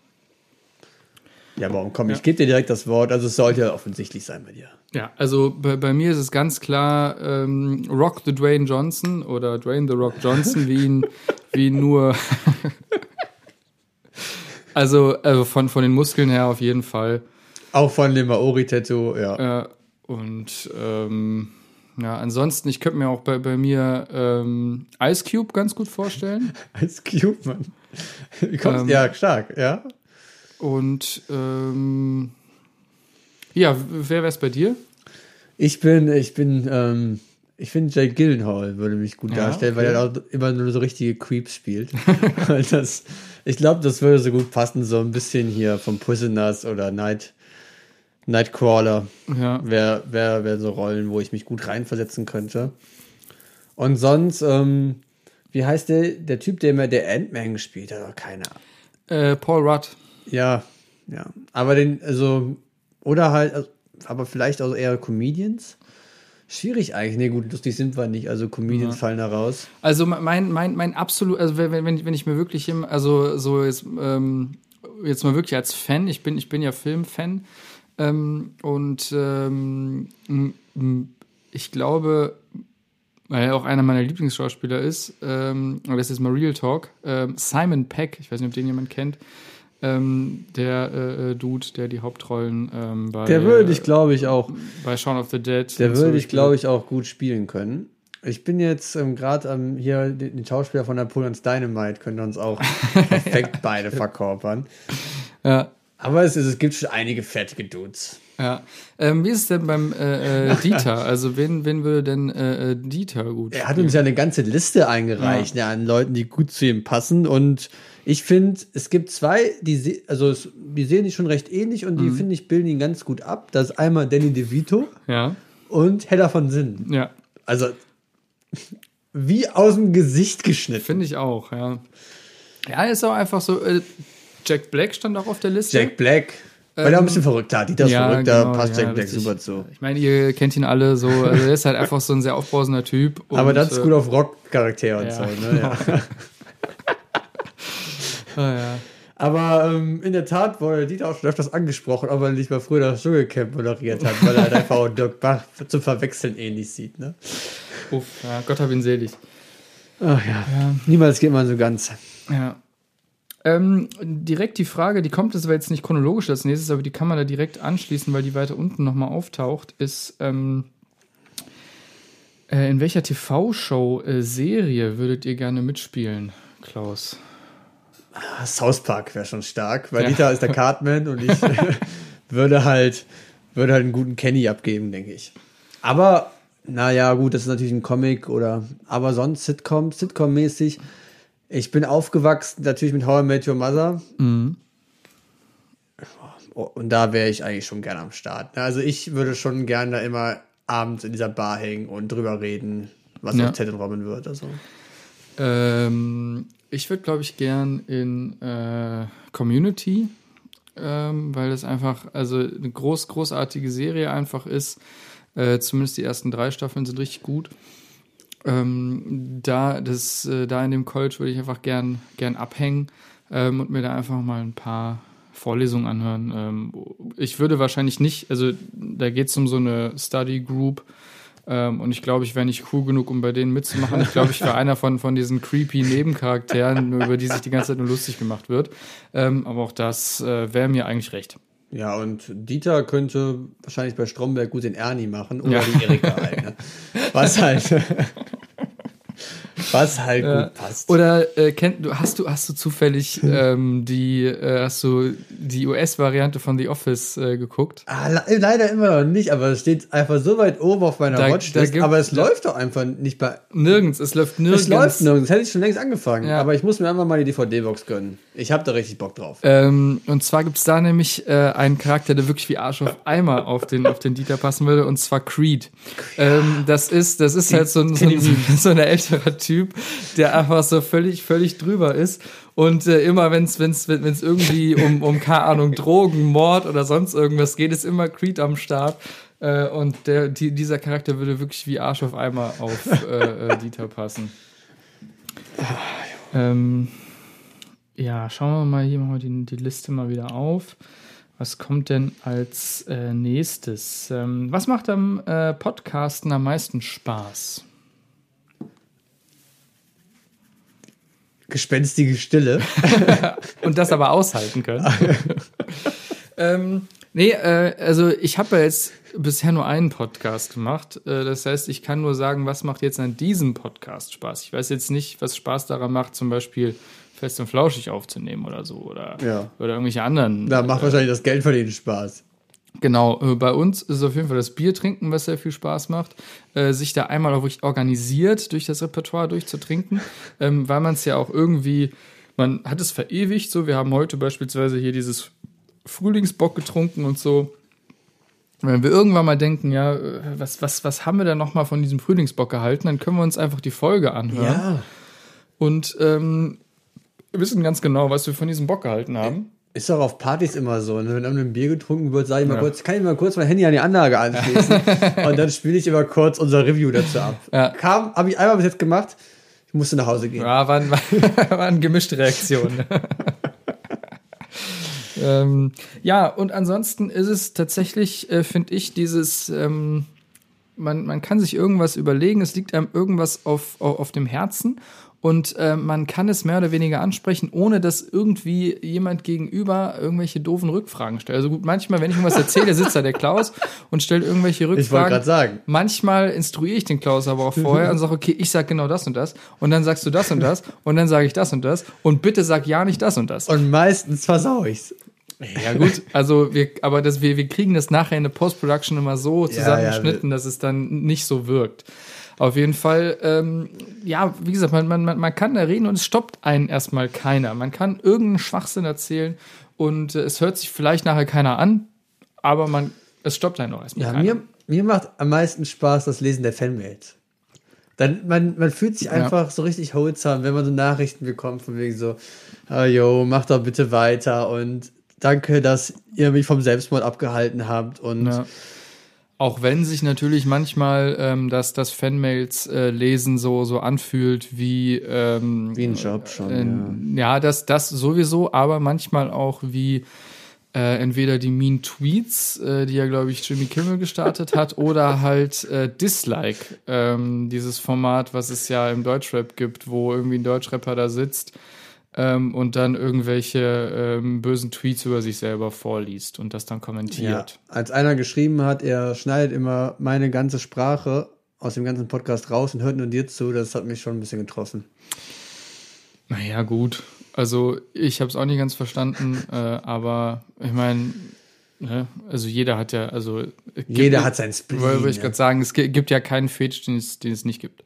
S4: Ja, warum komm, ich gebe dir direkt das Wort. Also es sollte ja offensichtlich sein bei dir.
S1: Ja, also bei mir ist es ganz klar Rock the Dwayne Johnson oder Dwayne the Rock Johnson, wie ihn nur... Also von den Muskeln her auf jeden Fall.
S4: Auch von dem Maori-Tattoo, ja.
S1: Und ansonsten, ich könnte mir auch bei mir Ice Cube ganz gut vorstellen.
S4: Ice Cube, Mann. Wie kommst du? Ja, stark, ja.
S1: Und wer wäre es bei dir? Ich
S4: finde, Jake Gyllenhaal würde mich gut darstellen, okay. Weil er auch immer nur so richtige Creeps spielt. Ich glaube, das würde so gut passen, so ein bisschen hier vom Prisoners oder Nightcrawler. Ja. Wäre so Rollen, wo ich mich gut reinversetzen könnte. Und sonst, wie heißt der Typ, der immer der Ant-Man gespielt hat? Keine
S1: Ahnung. Paul Rudd.
S4: Ja. Aber aber vielleicht auch eher Comedians. Schwierig eigentlich. Nee, gut, lustig sind wir nicht. Also Comedians fallen da raus.
S1: Also mein absolut, also wenn ich mir wirklich, also so jetzt mal wirklich als Fan, ich bin ja Filmfan, und ich glaube, weil er auch einer meiner Lieblingsschauspieler ist, das ist mal Real Talk, Simon Pegg, ich weiß nicht, ob den jemand kennt, der Dude, der die Hauptrollen
S4: der würde ich, glaube ich, auch
S1: bei Shaun of the Dead.
S4: Der würde ich, glaube ich, auch gut spielen können. Ich bin jetzt gerade hier den Schauspieler von Napoleon's Dynamite, können uns auch perfekt beide verkörpern.
S1: Ja.
S4: Aber es gibt schon einige fertige Dudes.
S1: Ja. Wie ist es denn beim Dieter? Also wen würde denn Dieter gut spielen?
S4: Er hat uns ja eine ganze Liste eingereicht an Leuten, die gut zu ihm passen. Und ich finde, es gibt 2, die sehen sich schon recht ähnlich und die, finde ich, bilden ihn ganz gut ab. Das ist einmal Danny DeVito und Hedda von Sinnen.
S1: Ja.
S4: Also wie aus dem Gesicht geschnitten.
S1: Finde ich auch, ja. Ja, ist auch einfach so. Jack Black stand auch auf der Liste.
S4: Jack Black. Weil er ein bisschen verrückt hat. Dieter ist verrückt, da passt Jack Black super zu.
S1: Ich meine, ihr kennt ihn alle so. Also er ist halt einfach so ein sehr aufbrausender Typ.
S4: Aber das ist gut auf Rock-Charakter und so. Ne? Ja.
S1: Ja.
S4: Aber in der Tat wurde Dieter auch schon öfters angesprochen, ob er nicht mal früher das Dschungelcamp moderiert hat, weil er halt einfach auch Dirk Bach zum Verwechseln ähnlich sieht. Ne?
S1: Uff, ja, Gott hab ihn selig.
S4: Ach ja. Niemals geht man so ganz.
S1: Ja. Direkt die Frage, die kommt jetzt nicht chronologisch als nächstes, aber die kann man da direkt anschließen, weil die weiter unten nochmal auftaucht, ist, in welcher TV-Show-Serie würdet ihr gerne mitspielen, Klaus?
S4: South Park wäre schon stark, weil Dieter ist der Cartman und ich würde halt einen guten Kenny abgeben, denke ich. Aber, naja, gut, das ist natürlich ein Comic aber sonst Sitcom-mäßig. Ich bin aufgewachsen natürlich mit How I Met Your Mother. Mhm. Und da wäre ich eigentlich schon gerne am Start. Also ich würde schon gerne da immer abends in dieser Bar hängen und drüber reden, was auf Ted und Robin wird. Also.
S1: Ich würde, glaube ich, gern in Community, weil das einfach, also eine großartige Serie einfach ist. Zumindest die ersten 3 Staffeln sind richtig gut. Da in dem College würde ich einfach gern abhängen und mir da einfach mal ein paar Vorlesungen anhören. Ich würde wahrscheinlich nicht, also da geht es um so eine Study Group, und ich glaube, ich wäre nicht cool genug, um bei denen mitzumachen. Ich glaube, ich wäre einer von diesen creepy Nebencharakteren, über die sich die ganze Zeit nur lustig gemacht wird. Aber auch das wäre mir eigentlich recht.
S4: Ja, und Dieter könnte wahrscheinlich bei Stromberg gut den Ernie machen oder die Erika halt. Ne? Was halt gut passt.
S1: Oder hast du zufällig die US-Variante von The Office geguckt?
S4: Leider immer noch nicht, aber es steht einfach so weit oben auf meiner Watchlist. Aber es läuft doch einfach nicht bei...
S1: Nirgends, es läuft nirgends.
S4: Es läuft nirgends, das hätte ich schon längst angefangen. Ja. Aber ich muss mir einfach mal die DVD-Box gönnen. Ich habe da richtig Bock drauf.
S1: Und zwar gibt es da nämlich einen Charakter, der wirklich wie Arsch auf Eimer auf den Dieter passen würde, und zwar Creed. Das ist halt so ein älterer Typ, der einfach so völlig drüber ist. Und immer, wenn es irgendwie um keine Ahnung, Drogen, Mord oder sonst irgendwas geht, ist immer Creed am Start. Und dieser Charakter würde wirklich wie Arsch auf Eimer auf Dieter passen. Ja, schauen wir mal, hier machen wir die Liste mal wieder auf. Was kommt denn als nächstes? Was macht am Podcasten am meisten Spaß?
S4: Gespenstige Stille.
S1: Und das aber aushalten können. Also ich habe ja jetzt bisher nur einen Podcast gemacht. Das heißt, ich kann nur sagen, was macht jetzt an diesem Podcast Spaß. Ich weiß jetzt nicht, was Spaß daran macht, zum Beispiel Fest und Flauschig aufzunehmen oder so. Oder irgendwelche anderen.
S4: Da macht wahrscheinlich das Geld verdienen Spaß.
S1: Genau, bei uns ist es auf jeden Fall das Bier trinken, was sehr viel Spaß macht. Sich da einmal auch wirklich organisiert durch das Repertoire durchzutrinken, weil man es ja auch irgendwie, man hat es verewigt, so, wir haben heute beispielsweise hier dieses Frühlingsbock getrunken und so. Wenn wir irgendwann mal denken, ja, was haben wir da nochmal von diesem Frühlingsbock gehalten, dann können wir uns einfach die Folge anhören. Ja. Und wir wissen ganz genau, was wir von diesem Bock gehalten haben.
S4: Ist doch auf Partys immer so. Ne? Wenn ein Bier getrunken wird, sage ich mal kurz, kann ich mal kurz mein Handy an die Anlage anschließen? Und dann spiele ich immer kurz unser Review dazu ab. Ja. Habe ich einmal bis jetzt gemacht, ich musste nach Hause gehen.
S1: Ja, waren gemischte Reaktionen. Ja, und ansonsten ist es tatsächlich, finde ich, dieses, man kann sich irgendwas überlegen, es liegt einem irgendwas auf dem Herzen. Und man kann es mehr oder weniger ansprechen, ohne dass irgendwie jemand gegenüber irgendwelche doofen Rückfragen stellt. Also gut, manchmal, wenn ich irgendwas erzähle, sitzt da der Klaus und stellt irgendwelche Rückfragen. Ich wollte
S4: gerade sagen.
S1: Manchmal instruiere ich den Klaus aber auch vorher und sage, okay, ich sag genau das und das. Und dann sagst du das und das. Und dann sage ich das und das. Und bitte sag ja nicht das und das.
S4: Und meistens versau ich's.
S1: Ja gut, also wir kriegen das nachher in der Post-Production immer so zusammengeschnitten, dass es dann nicht so wirkt. Auf jeden Fall, wie gesagt, man kann da reden und es stoppt einen erstmal keiner. Man kann irgendeinen Schwachsinn erzählen und es hört sich vielleicht nachher keiner an, aber es stoppt einen auch erstmal keiner.
S4: Mir macht am meisten Spaß das Lesen der Fanmails. Dann, man fühlt sich einfach so richtig holsam, wenn man so Nachrichten bekommt von wegen so, mach doch bitte weiter und danke, dass ihr mich vom Selbstmord abgehalten habt und
S1: Auch wenn sich natürlich manchmal das Fanmails lesen so anfühlt wie
S4: ein Job schon.
S1: Ja, das sowieso, aber manchmal auch wie entweder die Mean Tweets, die ja, glaube ich, Jimmy Kimmel gestartet hat, oder halt Dislike, dieses Format, was es ja im Deutschrap gibt, wo irgendwie ein Deutschrapper da sitzt und dann irgendwelche bösen Tweets über sich selber vorliest und das dann kommentiert.
S4: Ja, als einer geschrieben hat, er schneidet immer meine ganze Sprache aus dem ganzen Podcast raus und hört nur dir zu, das hat mich schon ein bisschen getroffen.
S1: Naja, gut. Also ich habe es auch nicht ganz verstanden, aber ich meine, ne, also jeder hat ja, also
S4: jeder hat sein Spleen.
S1: Würde ich gerade sagen, es gibt ja keinen Fetisch, den es nicht gibt.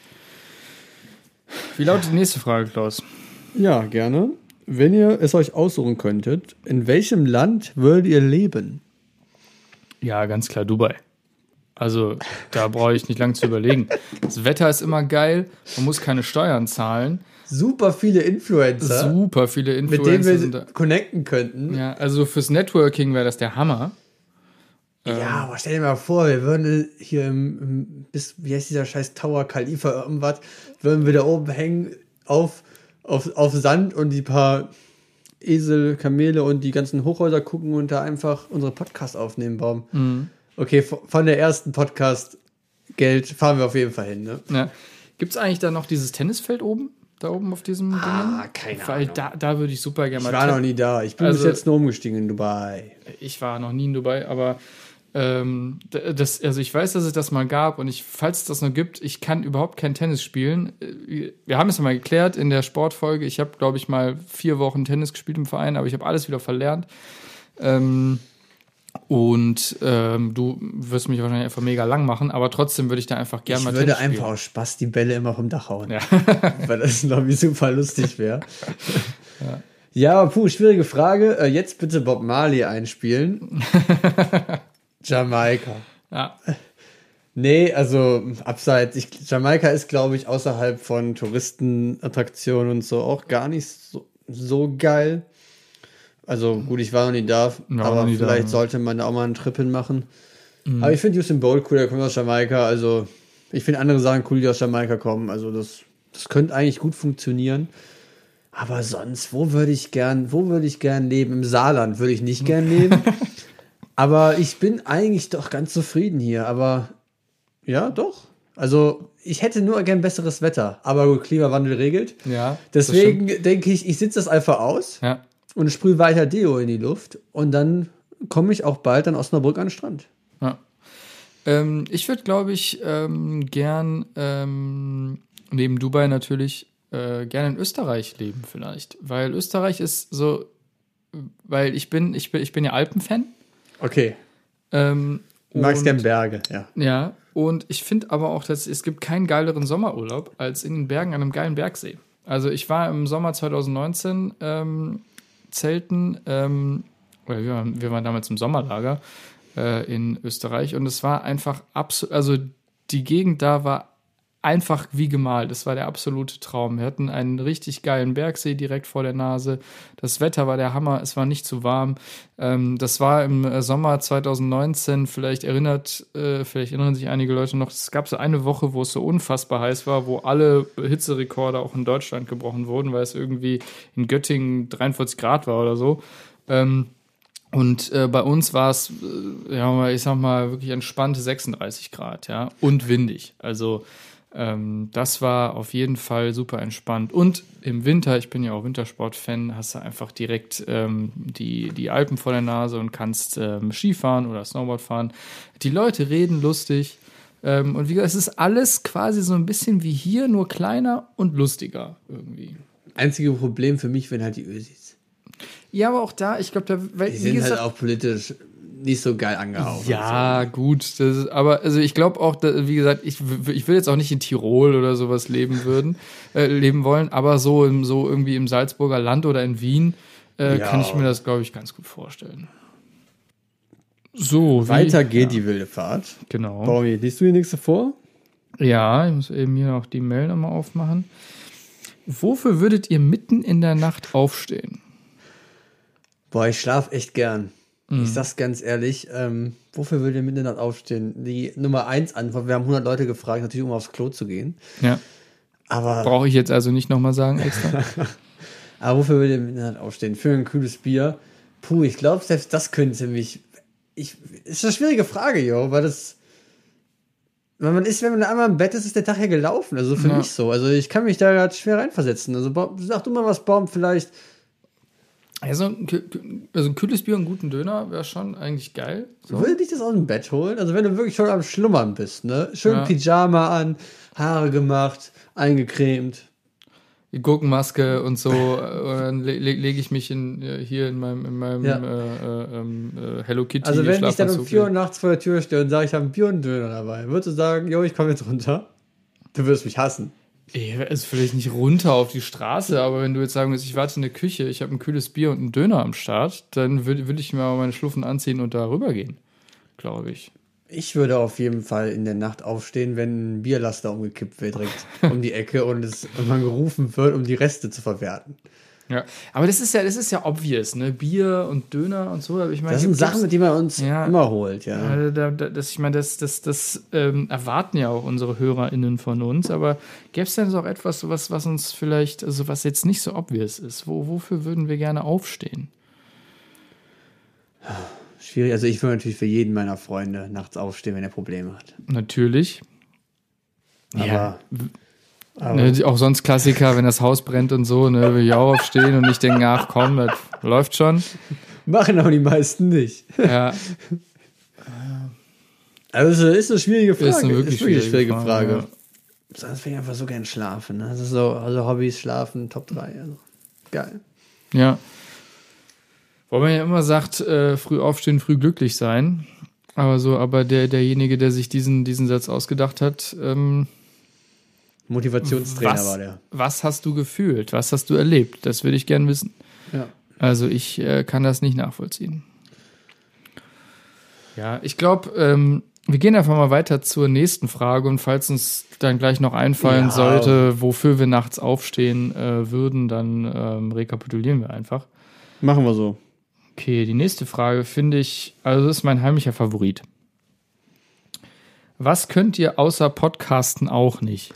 S1: Wie lautet die nächste Frage, Klaus?
S4: Ja, gerne. Wenn ihr es euch aussuchen könntet, in welchem Land würdet ihr leben?
S1: Ja, ganz klar Dubai. Also da brauche ich nicht lange zu überlegen. Das Wetter ist immer geil, man muss keine Steuern zahlen.
S4: Super viele Influencer. Mit denen wir connecten könnten.
S1: Ja, also fürs Networking wäre das der Hammer.
S4: Ja, aber stell dir mal vor, wir würden hier wie heißt dieser scheiß Tower Khalifa irgendwas, würden wir da oben hängen auf Sand und die paar Esel, Kamele und die ganzen Hochhäuser gucken und da einfach unsere Podcasts aufnehmen, Baum. Mhm. Okay, von der ersten Podcast-Geld fahren wir auf jeden Fall hin, ne?
S1: Ja. Gibt es eigentlich da noch dieses Tennisfeld oben? Da oben auf diesem Ding?
S4: Keine
S1: Ahnung. Da würde ich super gerne mal.
S4: Ich war noch nie da. Ich bin bis jetzt nur umgestiegen in Dubai.
S1: Ich war noch nie in Dubai, aber also ich weiß, dass es das mal gab und falls es das noch gibt, ich kann überhaupt kein Tennis spielen. Wir haben es mal geklärt in der Sportfolge. Ich habe, glaube ich, mal 4 Wochen Tennis gespielt im Verein, aber ich habe alles wieder verlernt. Und du wirst mich wahrscheinlich einfach mega lang machen, aber trotzdem würde ich da einfach gerne mal
S4: Tennis spielen. Ich würde einfach aus Spaß die Bälle immer vom Dach hauen. Ja. Weil das, glaube ich, super lustig wäre. Ja, aber schwierige Frage. Jetzt bitte Bob Marley einspielen. Jamaika.
S1: Ja.
S4: Nee, also abseits. Jamaika ist, glaube ich, außerhalb von Touristenattraktionen und so auch gar nicht so geil. Also gut, ich war noch nie da, aber vielleicht sollte man da auch mal einen Trip hinmachen. Mhm. Aber ich finde Usain Bolt cool, der kommt aus Jamaika. Also ich finde andere Sachen cool, die aus Jamaika kommen. Also das könnte eigentlich gut funktionieren. Aber sonst, wo würde ich gern leben? Im Saarland würde ich nicht gern leben. Aber ich bin eigentlich doch ganz zufrieden hier. Aber ja, doch. Also ich hätte nur gern besseres Wetter. Aber gut, Klimawandel regelt.
S1: Ja.
S4: Deswegen denke ich sitze das einfach aus.
S1: Ja.
S4: Und sprühe weiter Deo in die Luft. Und dann komme ich auch bald an Osnabrück an den Strand.
S1: Ja. Ich würde, glaube ich, gern neben Dubai natürlich gerne in Österreich leben vielleicht. Weil Österreich ist so, weil ich bin ja Alpenfan.
S4: Okay. Du magst gern Berge, ja.
S1: Ja, und ich finde aber auch, dass es gibt keinen geileren Sommerurlaub als in den Bergen an einem geilen Bergsee. Also ich war im Sommer 2019 Zelten, wir waren damals im Sommerlager in Österreich und es war einfach absolut, also die Gegend da war einfach wie gemalt. Das war der absolute Traum. Wir hatten einen richtig geilen Bergsee direkt vor der Nase. Das Wetter war der Hammer. Es war nicht zu warm. Das war im Sommer 2019. Vielleicht erinnern sich einige Leute noch. Es gab so eine Woche, wo es so unfassbar heiß war, wo alle Hitzerekorde auch in Deutschland gebrochen wurden, weil es irgendwie in Göttingen 43 Grad war oder so. Und bei uns war es, ich sag mal, wirklich entspannte 36 Grad, ja, und windig. Also das war auf jeden Fall super entspannt. Und im Winter, ich bin ja auch Wintersport-Fan, hast du einfach direkt die Alpen vor der Nase und kannst Skifahren oder Snowboard fahren. Die Leute reden lustig. Und wie gesagt, es ist alles quasi so ein bisschen wie hier, nur kleiner und lustiger irgendwie.
S4: Einzige Problem für mich wären halt die Ösis.
S1: Ja, aber auch da, ich glaube,
S4: die sind halt auch politisch nicht so geil angehaucht.
S1: Ja, so. Gut. Aber also ich glaube auch, wie gesagt, ich will jetzt auch nicht in Tirol oder sowas leben wollen, aber so irgendwie im Salzburger Land oder in Wien kann ich mir das, glaube ich, ganz gut vorstellen. So,
S4: weiter geht die wilde Fahrt.
S1: Genau.
S4: Baumi, liest du die nächste vor?
S1: Ja, ich muss eben hier noch die Mail nochmal aufmachen. Wofür würdet ihr mitten in der Nacht aufstehen?
S4: Boah, ich schlafe echt gern. Ich sag's ganz ehrlich, wofür würde Mitternacht aufstehen? Die Nummer 1 Antwort, wir haben 100 Leute gefragt, natürlich um aufs Klo zu gehen.
S1: Ja. Aber brauche ich jetzt also nicht nochmal sagen extra.
S4: Aber wofür würde Mitternacht aufstehen? Für ein kühles Bier? Puh, ich glaube, selbst das könnte mich... ist eine schwierige Frage, weil wenn man einmal im Bett ist, ist der Tag ja gelaufen. Also für mich so. Also ich kann mich da gerade schwer reinversetzen. Also sag du mal was, Baum, vielleicht...
S1: Also ein kühles Bier und einen guten Döner wäre schon eigentlich geil.
S4: So. Würde dich das aus dem Bett holen? Also wenn du wirklich schon am Schlummern bist, ne? Schön Pyjama an, Haare gemacht, eingecremt.
S1: Die Gurkenmaske und so. Und dann lege ich mich hier in meinem Hello Kitty.
S4: Also wenn ich dann um 4 Uhr nachts vor der Tür stehe und sage, ich habe ein Bier und einen Döner dabei, würdest du sagen, ich komme jetzt runter? Du wirst mich hassen.
S1: Also vielleicht nicht runter auf die Straße, aber wenn du jetzt sagen willst, ich warte in der Küche, ich habe ein kühles Bier und einen Döner am Start, dann würde ich mir mal meine Schluffen anziehen und da rübergehen, glaube ich.
S4: Ich würde auf jeden Fall in der Nacht aufstehen, wenn ein Bierlaster umgekippt wird direkt um die Ecke und man gerufen wird, um die Reste zu verwerten.
S1: Ja, aber das ist ja obvious, ne? Bier und Döner und so. Ich meine,
S4: das sind Sachen, mit denen man uns immer holt, ja.
S1: Das erwarten ja auch unsere HörerInnen von uns, aber gäbe es denn so auch etwas, was uns vielleicht, also was jetzt nicht so obvious ist? Wofür würden wir gerne aufstehen?
S4: Schwierig, also ich würde natürlich für jeden meiner Freunde nachts aufstehen, wenn er Probleme hat.
S1: Natürlich. Aber ne, auch sonst Klassiker, wenn das Haus brennt und so, ne, will ich auch aufstehen und nicht denken, ach komm, das läuft schon.
S4: Machen aber die meisten nicht.
S1: Ja.
S4: Also ist eine schwierige Frage.
S1: Ist eine wirklich schwierige Frage.
S4: Ja. Sonst will ich einfach so gern schlafen. Ne? Also Hobbys, Schlafen, Top 3. Also geil.
S1: Ja. Weil man ja immer sagt, früh aufstehen, früh glücklich sein. Aber derjenige, der sich diesen Satz ausgedacht hat,
S4: Motivationstrainer war der.
S1: Was hast du gefühlt? Was hast du erlebt? Das würde ich gern wissen.
S4: Ja.
S1: Also ich kann das nicht nachvollziehen. Ja, ich glaube, wir gehen einfach mal weiter zur nächsten Frage und falls uns dann gleich noch einfallen sollte, wofür wir nachts aufstehen würden, dann rekapitulieren wir einfach.
S4: Machen wir so.
S1: Okay, die nächste Frage finde ich, also das ist mein heimlicher Favorit. Was könnt ihr außer Podcasten auch nicht?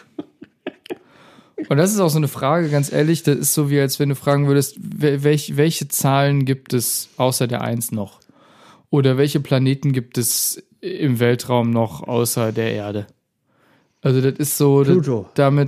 S1: Und das ist auch so eine Frage, ganz ehrlich, das ist so wie, als wenn du fragen würdest, welche Zahlen gibt es außer der 1 noch? Oder welche Planeten gibt es im Weltraum noch außer der Erde? Also das ist so...
S4: Pluto.
S1: Damit...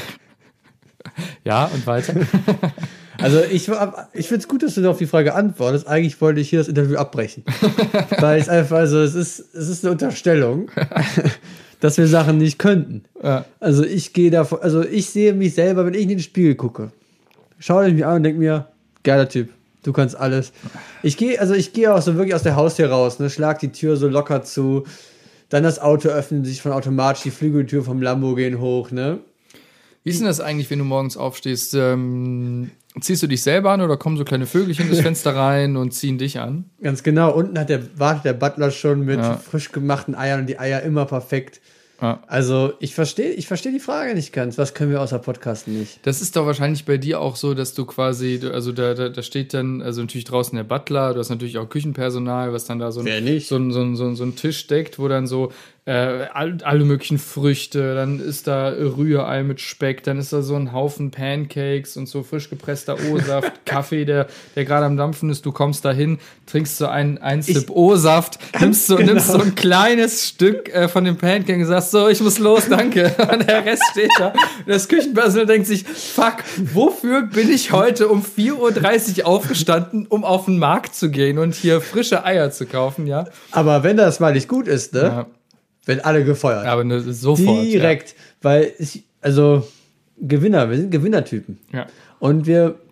S1: Ja, und weiter?
S4: Also ich finde es gut, dass du auf die Frage antwortest. Eigentlich wollte ich hier das Interview abbrechen. Weil es einfach, also es ist eine Unterstellung, dass wir Sachen nicht könnten.
S1: Ja.
S4: Also ich sehe mich selber, wenn ich in den Spiegel gucke. Schaue ich mich an und denke mir, geiler Typ, du kannst alles. Ich gehe auch so wirklich aus der Haustür raus, ne, schlag die Tür so locker zu, dann das Auto öffnet sich von automatisch, die Flügeltür vom Lambo gehen hoch, ne.
S1: Wie ist denn das eigentlich, wenn du morgens aufstehst? Ziehst du dich selber an oder kommen so kleine Vögelchen ins Fenster rein und ziehen dich an?
S4: Ganz genau. Unten wartet der Butler schon mit frisch gemachten Eiern und die Eier immer perfekt.
S1: Ja.
S4: Also ich verstehe die Frage nicht ganz. Was können wir außer Podcasten nicht?
S1: Das ist doch wahrscheinlich bei dir auch so, dass du quasi, also da steht dann, also natürlich draußen der Butler, du hast natürlich auch Küchenpersonal, was dann da so einen Tisch deckt, wo dann so alle möglichen Früchte, dann ist da Rührei mit Speck, dann ist da so ein Haufen Pancakes und so frisch gepresster O-Saft, Kaffee, der gerade am Dampfen ist, du kommst da hin, trinkst so einen Sip O-Saft, nimmst so ein kleines Stück von dem Pancake und sagst so, ich muss los, danke. Und der Rest steht da. Das Küchenpersonal denkt sich, fuck, wofür bin ich heute um 4.30 Uhr aufgestanden, um auf den Markt zu gehen und hier frische Eier zu kaufen, ja?
S4: Aber wenn das mal nicht gut ist, ne? Ja. Wenn alle gefeuert.
S1: Aber ne, sofort.
S4: Direkt. Ja. Weil, wir sind Gewinnertypen.
S1: Ja.
S4: Und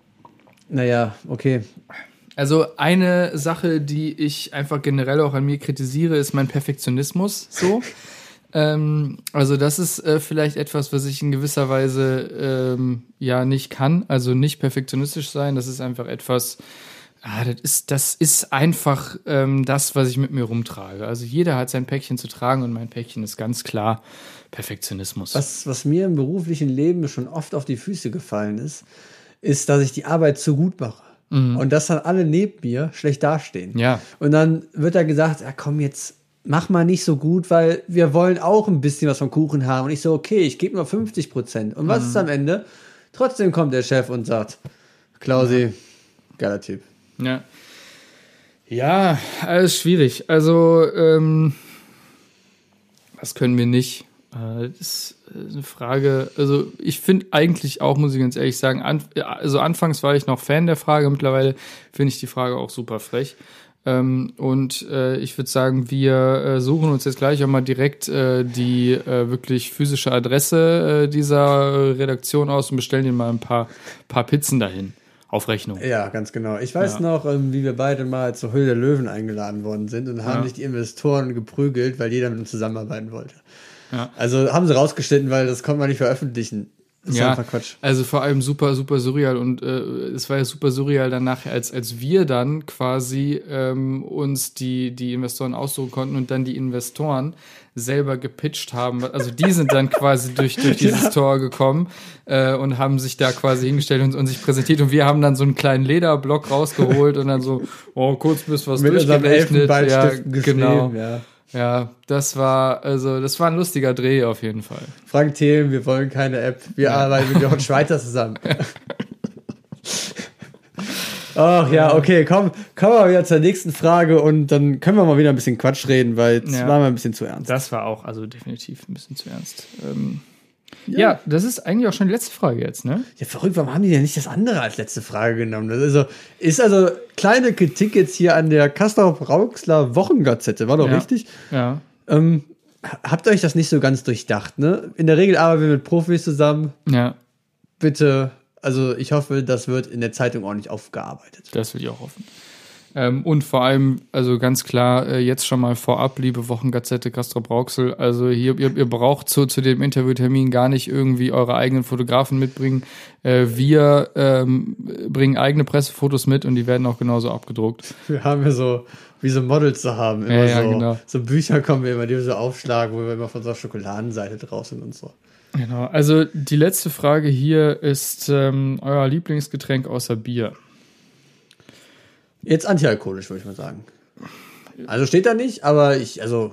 S4: okay.
S1: Also eine Sache, die ich einfach generell auch an mir kritisiere, ist mein Perfektionismus. So. Also das ist vielleicht etwas, was ich in gewisser Weise nicht kann. Also nicht perfektionistisch sein. Das ist einfach etwas... das ist einfach das, was ich mit mir rumtrage. Also jeder hat sein Päckchen zu tragen und mein Päckchen ist ganz klar Perfektionismus.
S4: Was mir im beruflichen Leben schon oft auf die Füße gefallen ist, dass ich die Arbeit zu gut mache. und dass dann alle neben mir schlecht dastehen.
S1: Ja.
S4: Und dann wird da gesagt, ja komm, jetzt mach mal nicht so gut, weil wir wollen auch ein bisschen was vom Kuchen haben. Und ich so, okay, ich gebe nur 50%. Und was ist am Ende? Trotzdem kommt der Chef und sagt, Klausi, geiler Typ.
S1: Ja. Ja, alles schwierig. Also, was können wir nicht? Das ist eine Frage, also ich finde eigentlich auch, muss ich ganz ehrlich sagen, anfangs war ich noch Fan der Frage, mittlerweile finde ich die Frage auch super frech. Und ich würde sagen, wir suchen uns jetzt gleich auch mal direkt die wirklich physische Adresse dieser Redaktion aus und bestellen dir mal ein paar Pizzen dahin. Auf Rechnung.
S4: Ja, ganz genau. Ich weiß noch, wie wir beide mal zur Höhle der Löwen eingeladen worden sind und haben sich die Investoren geprügelt, weil jeder mit uns zusammenarbeiten wollte. Ja. Also haben sie rausgeschnitten, weil das konnte man nicht veröffentlichen. Das ist einfach Quatsch.
S1: Also vor allem super, super surreal und es war ja super surreal danach, als wir dann quasi uns die Investoren aussuchen konnten und dann die Investoren selber gepitcht haben. Also die sind dann quasi durch dieses Tor gekommen und haben sich da quasi hingestellt und sich präsentiert und wir haben dann so einen kleinen Lederblock rausgeholt und dann so, kurz bis was
S4: mit
S1: durchgerechnet.
S4: Ja, genau.
S1: Ja, das war ein lustiger Dreh auf jeden Fall.
S4: Frank Thelen, wir wollen keine App. Wir arbeiten mit Jochen Schweitzer zusammen. Ach ja, okay, kommen wir wieder zur nächsten Frage und dann können wir mal wieder ein bisschen Quatsch reden, weil es war mal ein bisschen zu ernst.
S1: Das war auch, also definitiv ein bisschen zu ernst. Ja, das ist eigentlich auch schon die letzte Frage jetzt, ne?
S4: Ja, verrückt, warum haben die denn nicht das andere als letzte Frage genommen? Das ist also kleine Kritik jetzt hier an der Castrop-Rauxler Wochengazette, war doch richtig?
S1: Ja.
S4: Habt ihr euch das nicht so ganz durchdacht, ne? In der Regel arbeiten wir mit Profis zusammen.
S1: Ja.
S4: Bitte, also ich hoffe, das wird in der Zeitung ordentlich aufgearbeitet.
S1: Das will ich auch hoffen. Und vor allem, also ganz klar, jetzt schon mal vorab, liebe Wochengazette Castrop-Rauxel, also hier, ihr braucht zu dem Interviewtermin gar nicht irgendwie eure eigenen Fotografen mitbringen. Wir bringen eigene Pressefotos mit und die werden auch genauso abgedruckt.
S4: Wir haben ja so, wie so Models zu haben, immer genau. So Bücher kommen wir immer, die wir so aufschlagen, wo wir immer von so einer Schokoladenseite drauf sind und so.
S1: Genau, also die letzte Frage hier ist euer Lieblingsgetränk außer Bier.
S4: Jetzt antialkoholisch, würde ich mal sagen. Also steht da nicht, aber
S1: Also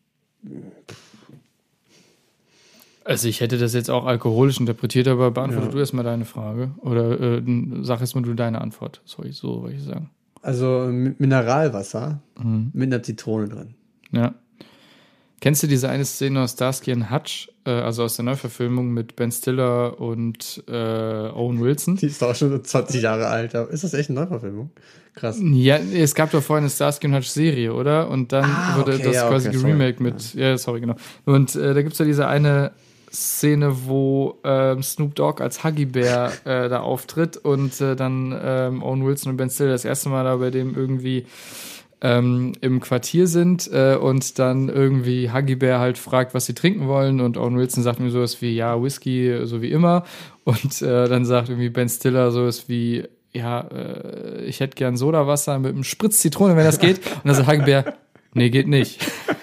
S1: ich hätte das jetzt auch alkoholisch interpretiert, aber beantworte du erstmal deine Frage. Oder sag erstmal du deine Antwort. So wollte ich sagen.
S4: Also Mineralwasser mit einer Zitrone drin.
S1: Ja. Kennst du diese eine Szene aus Starsky & Hutch, also aus der Neuverfilmung mit Ben Stiller und Owen Wilson?
S4: Die ist doch auch schon 20 Jahre alt. Ist das echt eine Neuverfilmung? Krass.
S1: Ja, es gab doch vorher eine Starsky & Hutch Serie, oder? Und dann wurde das quasi geremaked mit... Ja, sorry, genau. Und da gibt es ja diese eine Szene, wo Snoop Dogg als Huggy Bear da auftritt und dann Owen Wilson und Ben Stiller das erste Mal da bei dem irgendwie im Quartier sind und dann irgendwie Huggy Bear halt fragt, was sie trinken wollen und Owen Wilson sagt mir sowas wie, ja, Whisky, so wie immer und dann sagt irgendwie Ben Stiller sowas wie, ja, ich hätte gern Sodawasser mit einem Spritz Zitrone, wenn das geht. Und dann sagt Huggy Bear, nee, geht nicht.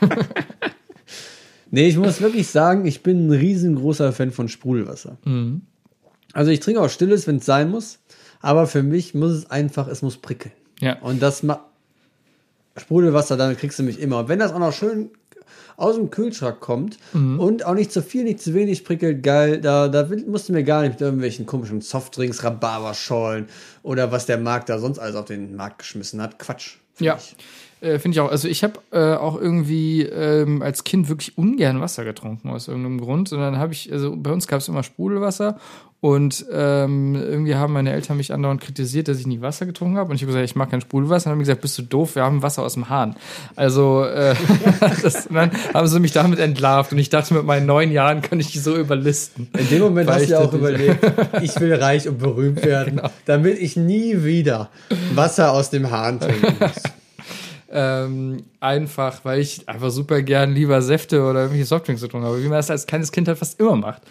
S4: Nee, ich muss wirklich sagen, ich bin ein riesengroßer Fan von Sprudelwasser.
S1: Mhm.
S4: Also ich trinke auch Stilles, wenn es sein muss, aber für mich muss es muss prickeln.
S1: Ja.
S4: Und das Sprudelwasser, damit kriegst du mich immer. Und wenn das auch noch schön aus dem Kühlschrank kommt und auch nicht zu viel, nicht zu wenig prickelt, geil, da musst du mir gar nicht mit irgendwelchen komischen Softdrinks, Rhabarberschorlen oder was der Markt da sonst alles auf den Markt geschmissen hat. Quatsch.
S1: Ja, finde ich auch. Also ich habe auch irgendwie als Kind wirklich ungern Wasser getrunken aus irgendeinem Grund. Und dann bei uns gab es immer Sprudelwasser und irgendwie haben meine Eltern mich andauernd kritisiert, dass ich nie Wasser getrunken habe. Und ich habe gesagt, ich mag kein Sprudelwasser. Und dann haben die gesagt, bist du doof, wir haben Wasser aus dem Hahn. Also dann haben sie mich damit entlarvt. Und ich dachte, mit meinen 9 Jahren kann ich die so überlisten.
S4: In dem Moment hast du ja auch überlegt, ich will reich und berühmt werden, genau, damit ich nie wieder Wasser aus dem Hahn trinken muss.
S1: Einfach, weil ich einfach super gern lieber Säfte oder irgendwelche Softdrinks getrunken habe, wie man das als kleines Kind halt fast immer macht.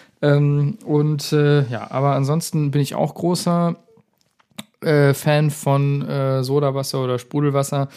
S1: Aber ansonsten bin ich auch großer Fan von Sodawasser oder Sprudelwasser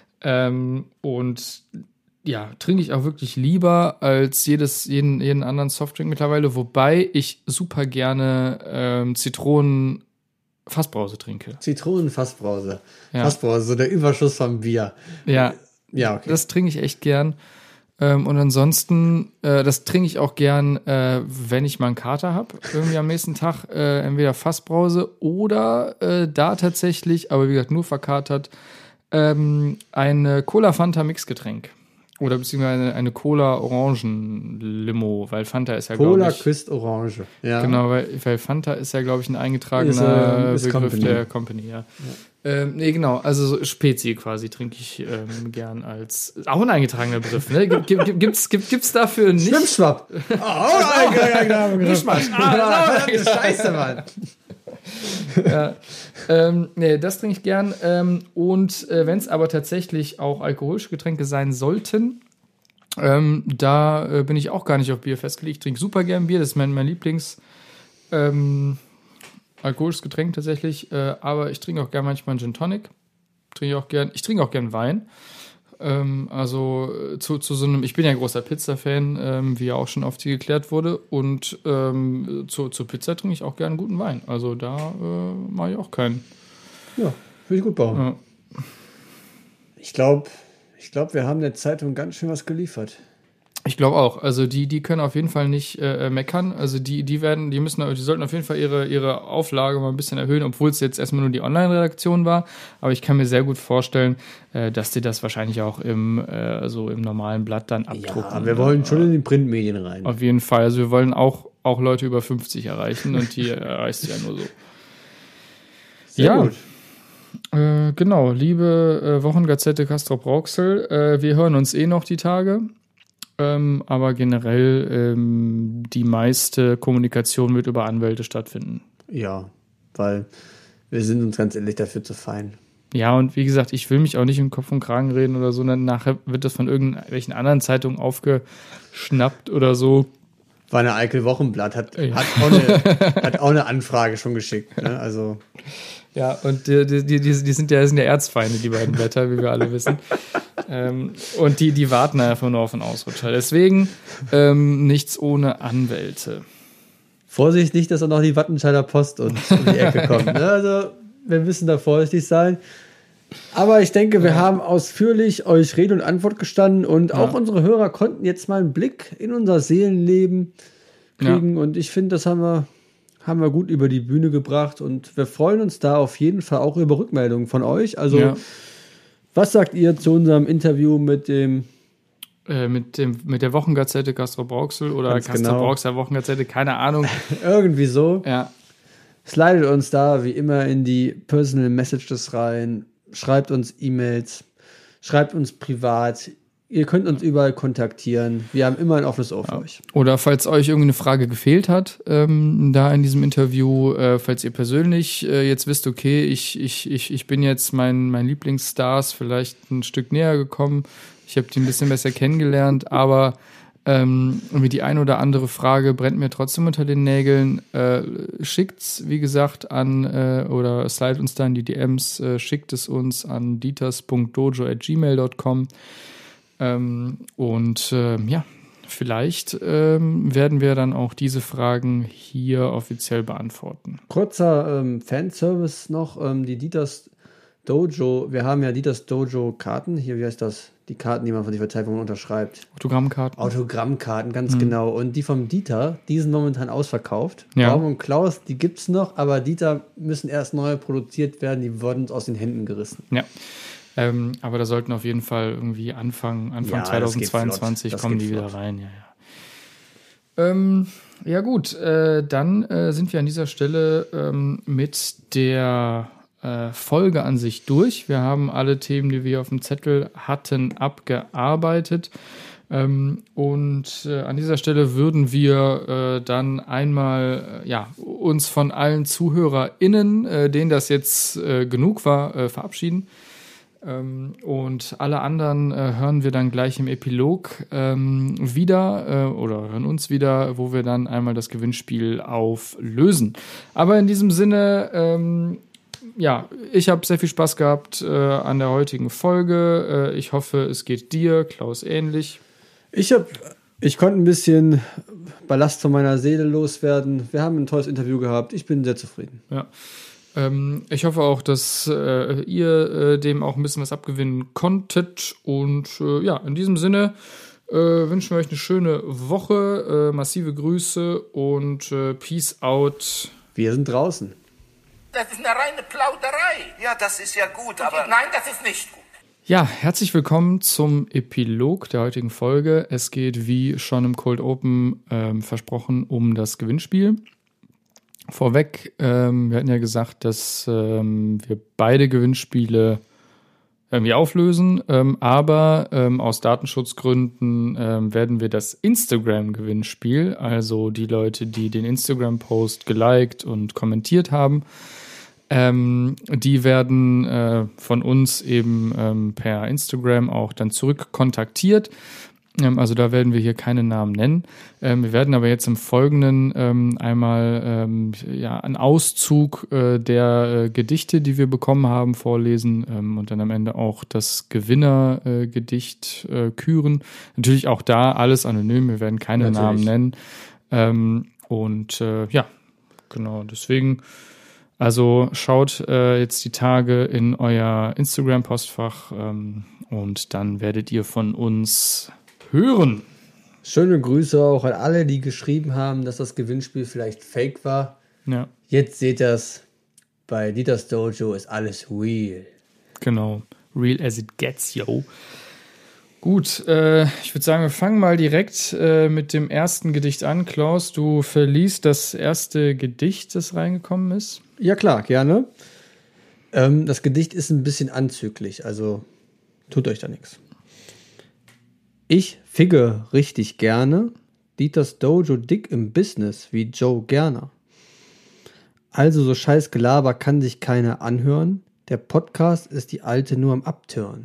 S1: und ja, trinke ich auch wirklich lieber als jeden anderen Softdrink mittlerweile, wobei ich super gerne Zitronenfrüchte Fassbrause trinke.
S4: Zitronenfassbrause. Ja. Fassbrause, so der Überschuss vom Bier.
S1: Ja, okay. Das trinke ich echt gern. Und ansonsten, das trinke ich auch gern, wenn ich mal einen Kater habe, irgendwie am nächsten Tag, entweder Fassbrause oder da tatsächlich, aber wie gesagt nur verkatert, eine Cola-Fanta-Mixgetränk. Oder beziehungsweise eine Cola-Orangen-Limo, weil Fanta ist ja, glaube ich...
S4: Cola küsst Orange, ja.
S1: Genau, weil Fanta ist ja, glaube ich, ein eingetragener Begriff Company. Der Company, ja. Nee, genau, also so Spezi quasi trinke ich gern als... Auch ein eingetragener Begriff, ne? Gibt's dafür nicht...
S4: Schwimmschwapp! Ein eingetragener Begriff. Scheiße, Mann!
S1: Ja, nee, das trinke ich gern. Und wenn es aber tatsächlich auch alkoholische Getränke sein sollten, da bin ich auch gar nicht auf Bier festgelegt. Ich trinke super gern Bier, das ist mein Lieblings alkoholisches Getränk tatsächlich. Aber ich trinke auch gern manchmal einen Gin Tonic. Ich trinke auch gern Wein. Also zu so einem, ich bin ja ein großer Pizza-Fan, wie ja auch schon oft hier geklärt wurde, und zur Pizza trinke ich auch gerne einen guten Wein. Also da mache ich auch keinen.
S4: Ja, würde ich gut bauen.
S1: Ja.
S4: Ich glaube, wir haben der Zeitung ganz schön was geliefert.
S1: Ich glaube auch. Also die können auf jeden Fall nicht meckern. Also die sollten auf jeden Fall ihre Auflage mal ein bisschen erhöhen, obwohl es jetzt erstmal nur die Online-Redaktion war. Aber ich kann mir sehr gut vorstellen, dass die das wahrscheinlich auch im normalen Blatt dann abdrucken.
S4: Ja, wir wollen schon in die Printmedien rein.
S1: Auf jeden Fall. Also wir wollen auch Leute über 50 erreichen und die erreichst du ja nur so.
S4: Sehr gut.
S1: Genau, liebe Wochengazette Castrop-Rauxel, wir hören uns noch die Tage. Aber generell die meiste Kommunikation wird über Anwälte stattfinden.
S4: Ja, weil wir sind uns ganz ehrlich dafür zu fein.
S1: Ja, und wie gesagt, ich will mich auch nicht in Kopf und Kragen reden oder so. Nachher wird das von irgendwelchen anderen Zeitungen aufgeschnappt oder so.
S4: War eine Eikel-Wochenblatt, hat auch eine Anfrage schon geschickt. Ne? Also.
S1: Ja, und die sind ja Erzfeinde, die beiden Blätter, wie wir alle wissen. Und die warten einfach nur auf einen Ausrutscher. Deswegen nichts ohne Anwälte.
S4: Vorsicht nicht, dass auch noch die Wattenscheider Post uns um die Ecke kommt. Ne? Also wir müssen da vorsichtig sein. Aber ich denke, wir haben ausführlich euch Rede und Antwort gestanden und auch unsere Hörer konnten jetzt mal einen Blick in unser Seelenleben kriegen. Ja. Und ich finde, das haben wir gut über die Bühne gebracht und wir freuen uns da auf jeden Fall auch über Rückmeldungen von euch. Also was sagt ihr zu unserem Interview mit der Wochengazette Castrop-Rauxel oder Castrop-Rauxel Wochengazette, keine Ahnung. Irgendwie so. Ja. Slidet uns da wie immer in die Personal Messages rein, schreibt uns E-Mails, schreibt uns privat. Ihr könnt uns überall kontaktieren. Wir haben immer ein offenes Ohr für euch. Oder falls euch irgendwie eine Frage gefehlt hat, da in diesem Interview, falls ihr persönlich jetzt wisst, okay, ich bin jetzt meinen Lieblingsstars vielleicht ein Stück näher gekommen. Ich habe die ein bisschen besser kennengelernt, aber irgendwie die ein oder andere Frage brennt mir trotzdem unter den Nägeln. Schickt's, wie gesagt, an oder slide uns da in die DMs, schickt es uns an dieters.dojo@gmail.com. Vielleicht werden wir dann auch diese Fragen hier offiziell beantworten. Kurzer Fanservice noch, die Dieters Dojo, wir haben ja Dieters Dojo Karten, hier, wie heißt das? Die Karten, die man von sich verteilt, wo man unterschreibt. Autogrammkarten, ganz genau. Und die vom Dieter, die sind momentan ausverkauft. Ja. Baum und Klaus, die gibt's noch, aber Dieter müssen erst neu produziert werden, die wurden uns aus den Händen gerissen. Ja. Aber da sollten auf jeden Fall irgendwie Anfang 2022 kommen die wieder rein. Ja gut, dann sind wir an dieser Stelle mit der Folge an sich durch. Wir haben alle Themen, die wir auf dem Zettel hatten, abgearbeitet. Und an dieser Stelle würden wir dann einmal uns von allen ZuhörerInnen, denen das jetzt genug war, verabschieden. Und alle anderen hören wir dann gleich im Epilog wieder oder hören uns wieder, wo wir dann einmal das Gewinnspiel auflösen. Aber in diesem Sinne, ich habe sehr viel Spaß gehabt an der heutigen Folge. Ich hoffe, es geht dir, Klaus, ähnlich. Ich konnte ein bisschen Ballast von meiner Seele loswerden. Wir haben ein tolles Interview gehabt. Ich bin sehr zufrieden. Ja.
S1: Ich hoffe auch, dass ihr dem auch ein bisschen was abgewinnen konntet. Und in diesem Sinne wünschen wir euch eine schöne Woche, massive Grüße und Peace out.
S4: Wir sind draußen.
S5: Das ist eine reine Plauderei.
S2: Ja, das ist ja gut, aber...
S5: Nein, das ist nicht gut.
S1: Ja, herzlich willkommen zum Epilog der heutigen Folge. Es geht, wie schon im Cold Open versprochen, um das Gewinnspiel. Vorweg, wir hatten ja gesagt, dass wir beide Gewinnspiele irgendwie auflösen, aber aus Datenschutzgründen werden wir das Instagram-Gewinnspiel, also die Leute, die den Instagram-Post geliked und kommentiert haben, die werden von uns eben per Instagram auch dann zurück kontaktiert. Also da werden wir hier keine Namen nennen. Wir werden aber jetzt im Folgenden einmal einen Auszug der Gedichte, die wir bekommen haben, vorlesen und dann am Ende auch das Gewinnergedicht küren. Natürlich auch da alles anonym, wir werden keine Namen nennen. Genau, deswegen... Also schaut jetzt die Tage in euer Instagram-Postfach und dann werdet ihr von uns hören.
S4: Schöne Grüße auch an alle, die geschrieben haben, dass das Gewinnspiel vielleicht fake war.
S1: Ja.
S4: Jetzt seht ihr es, bei Dieters Dojo ist alles real.
S1: Genau, real as it gets, yo. Gut, ich würde sagen, wir fangen mal direkt mit dem ersten Gedicht an. Klaus, du verliest das erste Gedicht, das reingekommen ist.
S4: Ja klar, gerne. Das Gedicht ist ein bisschen anzüglich, also tut euch da nichts. Ich figge richtig gerne, Dieters Dojo dick im Business wie Joe Gerner. Also so scheiß Gelaber kann sich keiner anhören, der Podcast ist die Alte nur am Abtören.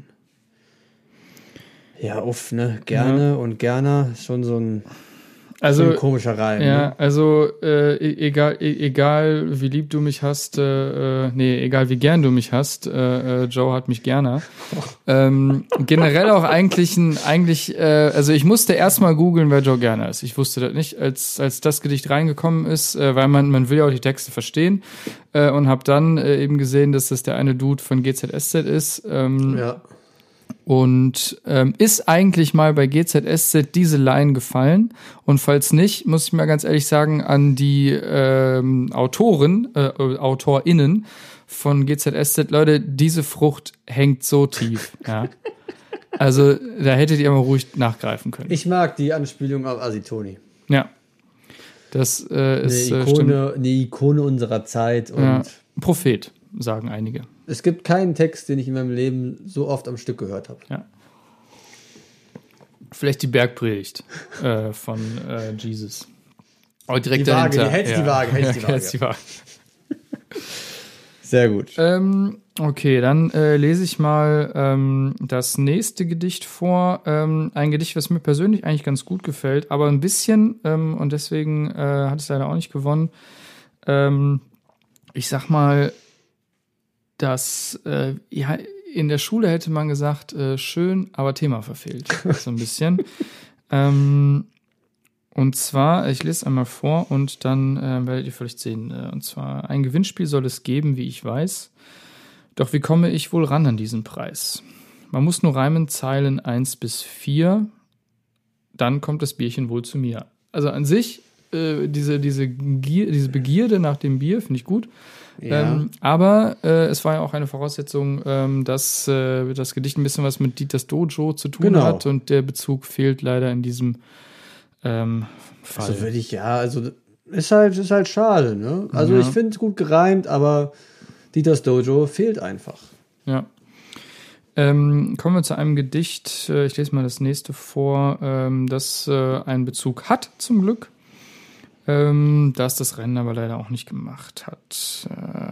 S4: Ja, uff, ne, gerne und Gerner, schon so ein komischer Reim.
S1: Ja,
S4: ne?
S1: Also egal wie lieb du mich hast, egal wie gern du mich hast, Joe hat mich gerne. Generell auch also ich musste erstmal googeln, wer Joe Gerner ist. Ich wusste das nicht, als das Gedicht reingekommen ist, weil man will ja auch die Texte verstehen und habe dann eben gesehen, dass das der eine Dude von GZSZ ist.
S4: Ja.
S1: Und ist eigentlich mal bei GZSZ diese Line gefallen? Und falls nicht, muss ich mal ganz ehrlich sagen, an die AutorInnen von GZSZ, Leute, diese Frucht hängt so tief. Ja. Also da hättet ihr mal ruhig nachgreifen können.
S4: Ich mag die Anspielung auf Asitoni.
S1: Ja. Das ist
S4: eine Ikone unserer Zeit. Und
S1: Prophet, sagen einige.
S4: Es gibt keinen Text, den ich in meinem Leben so oft am Stück gehört habe.
S1: Ja. Vielleicht die Bergpredigt von Jesus. Aber direkt
S4: die Waage,
S1: dahinter.
S4: Hältst die Waage. Sehr gut.
S1: Okay, dann lese ich mal das nächste Gedicht vor. Ein Gedicht, was mir persönlich eigentlich ganz gut gefällt, aber ein bisschen, und deswegen hat es leider auch nicht gewonnen. Ich sag mal, dass in der Schule hätte man gesagt, schön, aber Thema verfehlt. So ein bisschen. Und zwar, ich lese einmal vor und dann werdet ihr vielleicht sehen. Und zwar, ein Gewinnspiel soll es geben, wie ich weiß. Doch wie komme ich wohl ran an diesen Preis? Man muss nur reimen Zeilen 1 bis 4, dann kommt das Bierchen wohl zu mir. Also an sich, diese Begierde nach dem Bier finde ich gut. Ja. Aber es war ja auch eine Voraussetzung, dass das Gedicht ein bisschen was mit Dieters Dojo zu tun hat und der Bezug fehlt leider in diesem Fall.
S4: Also würde ich, ist halt schade, ne? Also ich finde es gut gereimt, aber Dieters Dojo fehlt einfach. Ja.
S1: Kommen wir zu einem Gedicht, ich lese mal das nächste vor, das einen Bezug hat zum Glück. Das das Rennen aber leider auch nicht gemacht hat.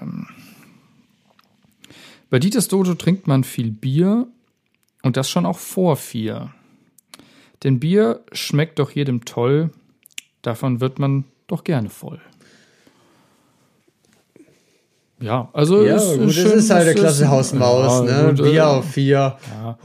S1: Bei Dieters Dojo trinkt man viel Bier und das schon auch vor 4. Denn Bier schmeckt doch jedem toll, davon wird man doch gerne voll. Ja, also
S4: ja,
S1: ist
S4: gut,
S1: schön,
S4: das ist halt der klasse Hausmaus,
S1: ja,
S4: ne?
S1: Gut,
S4: Bier auf 4.
S1: Ja.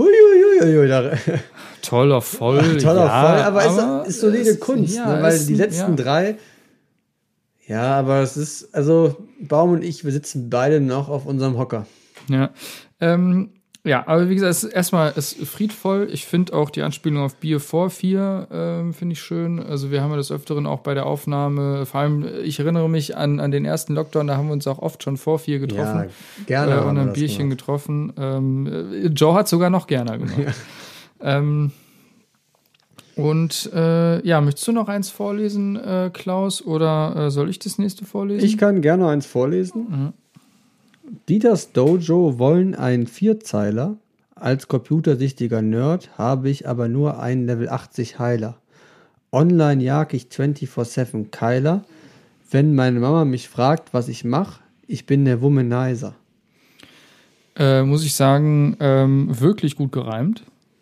S1: Toll auf voll.
S4: Toll auf voll, aber ist solide Kunst, ne? Weil die letzten 3, Ja, aber es ist, also Baum und ich, wir sitzen beide noch auf unserem Hocker.
S1: Ja, ja, aber wie gesagt, es ist erstmal friedvoll. Ich finde auch die Anspielung auf Bier vor 4 finde ich schön. Also wir haben ja des Öfteren auch bei der Aufnahme, vor allem, ich erinnere mich an den ersten Lockdown, da haben wir uns auch oft schon vor 4 getroffen. Ja,
S4: gerne.
S1: Und ein Bierchen getroffen. Joe hat sogar noch gerne gemacht. Ja. Ja, möchtest du noch eins vorlesen, Klaus, oder soll ich das nächste vorlesen?
S4: Ich kann gerne eins vorlesen. Mhm. Dieters Dojo wollen einen 4-Zeiler. Als computersichtiger Nerd habe ich aber nur einen Level 80 Heiler. Online jag ich 24/7 Keiler. Wenn meine Mama mich fragt, was ich mache, ich bin der Womanizer.
S1: Muss ich sagen, wirklich gut gereimt.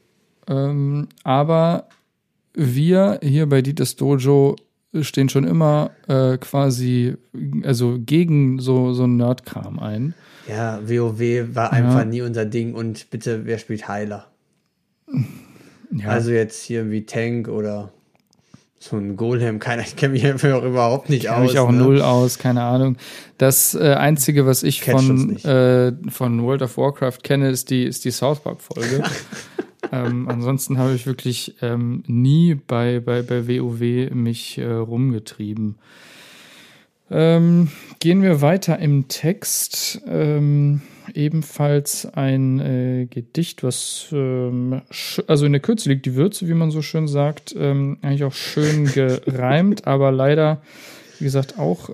S1: Aber wir hier bei Dieters Dojo stehen schon immer quasi also gegen so einen Nerdkram ein.
S4: Ja, WoW war einfach nie unser Ding und bitte, wer spielt Heiler? Ja. Also jetzt hier wie Tank oder so ein Golem, ich kenne mich einfach auch überhaupt nicht aus.
S1: Kenne mich auch null aus, keine Ahnung. Das Einzige, was ich von World of Warcraft kenne, ist die South Park-Folge. Ansonsten habe ich wirklich nie bei WoW mich rumgetrieben. Gehen wir weiter im Text. Ebenfalls ein Gedicht, was also in der Kürze liegt die Würze, wie man so schön sagt. Eigentlich auch schön gereimt, aber leider, wie gesagt, auch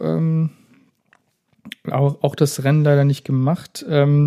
S1: das Rennen leider nicht gemacht.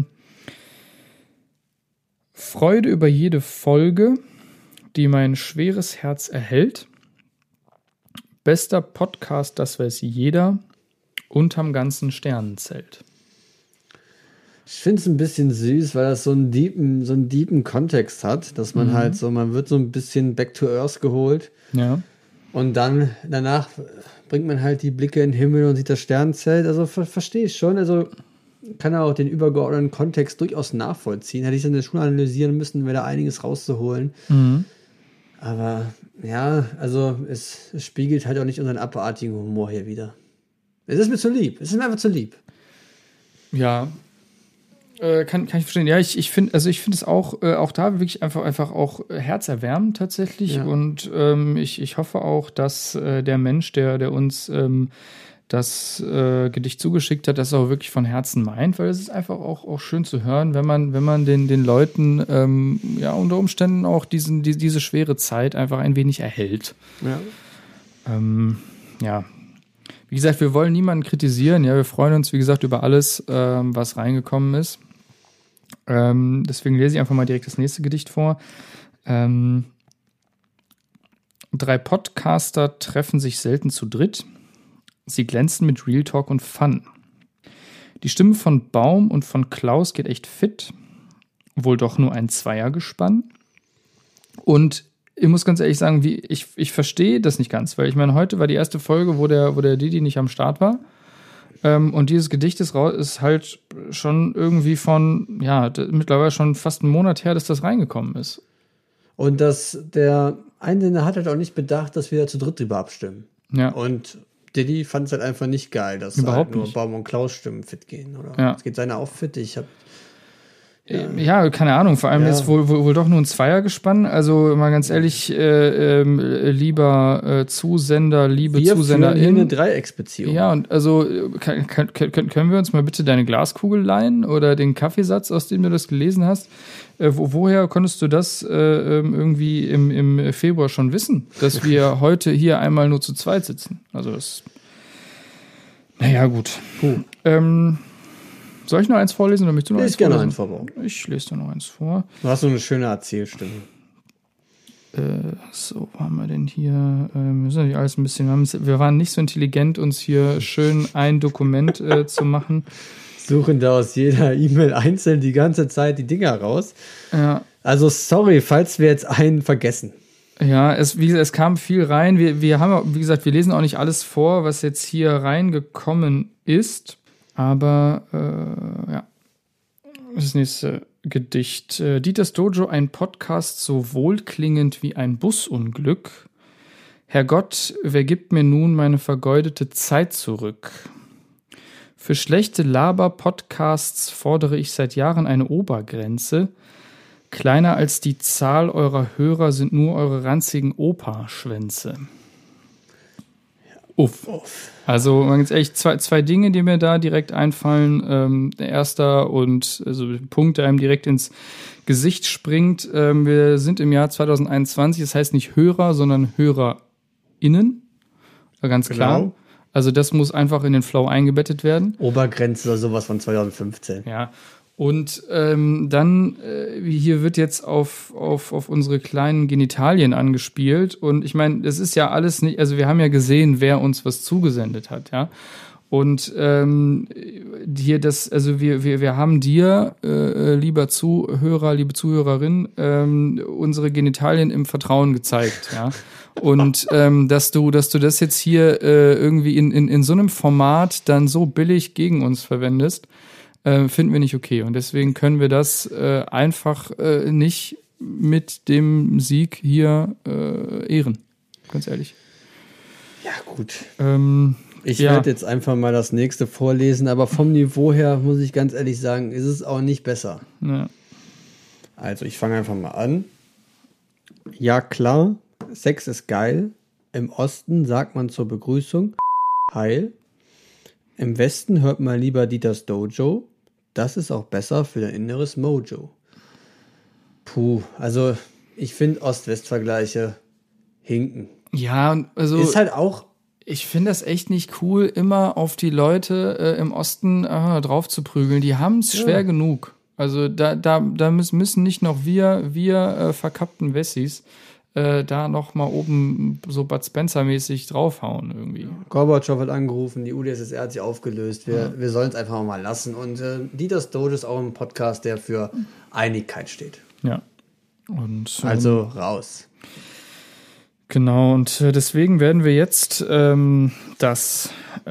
S1: Freude über jede Folge, die mein schweres Herz erhält. Bester Podcast, das weiß jeder. Unterm ganzen Sternenzelt.
S4: Ich finde es ein bisschen süß, weil das so einen deepen Kontext hat, dass man halt so, man wird so ein bisschen back to earth geholt.
S1: Ja.
S4: Und dann danach bringt man halt die Blicke in den Himmel und sieht das Sternenzelt. Also verstehe ich schon. Also kann er auch den übergeordneten Kontext durchaus nachvollziehen. Hätte ich es in der Schule analysieren müssen, wäre da einiges rauszuholen. Mhm. Aber ja, also es spiegelt halt auch nicht unseren abartigen Humor hier wieder. Es ist mir zu lieb. Es ist mir einfach zu lieb.
S1: Ja, kann ich verstehen. Ja, ich finde es auch da wirklich einfach auch herzerwärmend tatsächlich. Ja. Und ich hoffe auch, dass der Mensch, der uns das Gedicht zugeschickt hat, das auch wirklich von Herzen meint, weil es ist einfach auch schön zu hören, wenn man den Leuten unter Umständen auch diese schwere Zeit einfach ein wenig erhält. Ja. Ja. Wie gesagt, wir wollen niemanden kritisieren. Ja, wir freuen uns, wie gesagt, über alles, was reingekommen ist. Deswegen lese ich einfach mal direkt das nächste Gedicht vor. 3 Podcaster treffen sich selten zu dritt. Sie glänzen mit Real Talk und Fun. Die Stimme von Baum und von Klaus geht echt fit. Wohl doch nur ein Zweiergespann. Und ich muss ganz ehrlich sagen, ich verstehe das nicht ganz, weil ich meine, heute war die erste Folge, wo der Didi nicht am Start war. Und dieses Gedicht ist halt schon irgendwie mittlerweile schon fast einen Monat her, dass das reingekommen ist.
S4: Und der Einzelne hat halt auch nicht bedacht, dass wir da zu dritt drüber abstimmen. Ja. Und Didi fand es halt einfach nicht geil, dass halt nur Baum und Klaus Stimmen fit gehen. Oder? Ja. Es geht seine auch fit.
S1: Ja, keine Ahnung. Vor allem jetzt wohl doch nur ein Zweiergespann. Also mal ganz ehrlich, lieber Zusender, liebe ZusenderInnen.
S4: Wir führen eine Dreiecksbeziehung.
S1: Ja, und also können wir uns mal bitte deine Glaskugel leihen oder den Kaffeesatz, aus dem du das gelesen hast? Woher konntest du das irgendwie im Februar schon wissen, dass wir heute hier einmal nur zu zweit sitzen? Also das. Naja, gut. Soll ich noch eins vorlesen oder möchtest du noch eins vorlesen?
S4: Gerne eins vorbauen.
S1: Ich lese dir noch eins vor.
S4: Du hast so eine schöne Erzählstimme.
S1: So, wo haben wir denn hier? Wir müssen natürlich alles ein bisschen. Wir waren nicht so intelligent, uns hier schön ein Dokument zu machen.
S4: Suchen da aus jeder E-Mail einzeln die ganze Zeit die Dinger raus. Ja. Also sorry, falls wir jetzt einen vergessen.
S1: Ja, es kam viel rein. Wir haben, wie gesagt, wir lesen auch nicht alles vor, was jetzt hier reingekommen ist. Aber, das nächste Gedicht. Dieters Dojo, ein Podcast so wohlklingend wie ein Busunglück. Herrgott, wer gibt mir nun meine vergeudete Zeit zurück? Für schlechte Laber-Podcasts fordere ich seit Jahren eine Obergrenze. Kleiner als die Zahl eurer Hörer sind nur eure ranzigen Opa-Schwänze. Uff. Also man gibt echt zwei Dinge, die mir da direkt einfallen. Der erste und also Punkt, der einem direkt ins Gesicht springt. Wir sind im Jahr 2021, das heißt nicht Hörer, sondern HörerInnen. Ganz klar. Genau. Also das muss einfach in den Flow eingebettet werden.
S4: Obergrenze oder sowas von 2015.
S1: Ja. Und dann, hier wird jetzt auf unsere kleinen Genitalien angespielt. Und ich meine, das ist ja alles nicht, also wir haben ja gesehen, wer uns was zugesendet hat, ja. Und hier das, also wir haben dir, lieber Zuhörer, liebe Zuhörerin, unsere Genitalien im Vertrauen gezeigt, ja. Und dass du das jetzt hier irgendwie in so einem Format dann so billig gegen uns verwendest, finden wir nicht okay. Und deswegen können wir das einfach nicht mit dem Sieg hier ehren. Ganz ehrlich.
S4: Ja, gut. Ich werde jetzt einfach mal das nächste vorlesen, aber vom Niveau her, muss ich ganz ehrlich sagen, ist es auch nicht besser.
S1: Ja.
S4: Also, ich fange einfach mal an. Ja, klar, Sex ist geil. Im Osten sagt man zur Begrüßung Heil. Im Westen hört man lieber Dieters Dojo. Das ist auch besser für dein inneres Mojo. Puh, also ich finde Ost-West-Vergleiche hinken.
S1: Ja, also
S4: ist halt auch.
S1: Ich finde das echt nicht cool, immer auf die Leute im Osten drauf zu prügeln. Die haben es schwer genug. Also da müssen nicht noch wir verkappten Wessis da noch mal oben so Bud Spencer-mäßig draufhauen irgendwie.
S4: Gorbatschow hat angerufen, die UdSSR hat sich aufgelöst. Wir sollen es einfach mal lassen. Und Dieters Dojo ist auch ein Podcast, der für Einigkeit steht.
S1: Ja. Und
S4: also raus.
S1: Genau, und deswegen werden wir jetzt das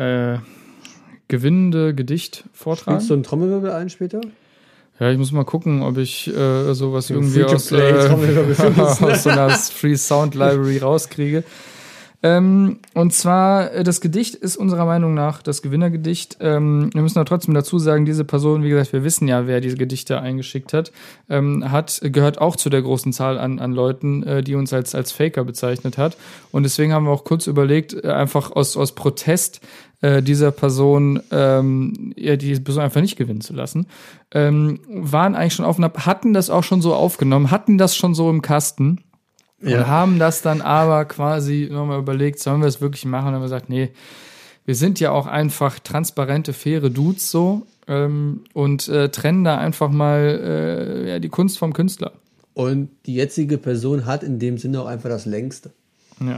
S1: gewinnende Gedicht vortragen.
S4: Spielst du einen Trommelwirbel ein später?
S1: Ja, ich muss mal gucken, ob ich sowas irgendwie aus so einer Free Sound Library rauskriege. Und zwar, das Gedicht ist unserer Meinung nach das Gewinnergedicht. Wir müssen aber trotzdem dazu sagen, diese Person, wie gesagt, wir wissen ja, wer diese Gedichte eingeschickt hat, gehört auch zu der großen Zahl an Leuten, die uns als Faker bezeichnet hat. Und deswegen haben wir auch kurz überlegt, einfach aus Protest dieser Person, die Person einfach nicht gewinnen zu lassen. Waren eigentlich schon auf und ab, hatten das auch schon so aufgenommen, hatten das schon so im Kasten. Und haben das dann aber quasi nochmal überlegt, sollen wir es wirklich machen? Und haben wir gesagt, nee, wir sind ja auch einfach transparente, faire Dudes so und trennen da einfach mal die Kunst vom Künstler.
S4: Und die jetzige Person hat in dem Sinne auch einfach das Längste.
S1: Ja.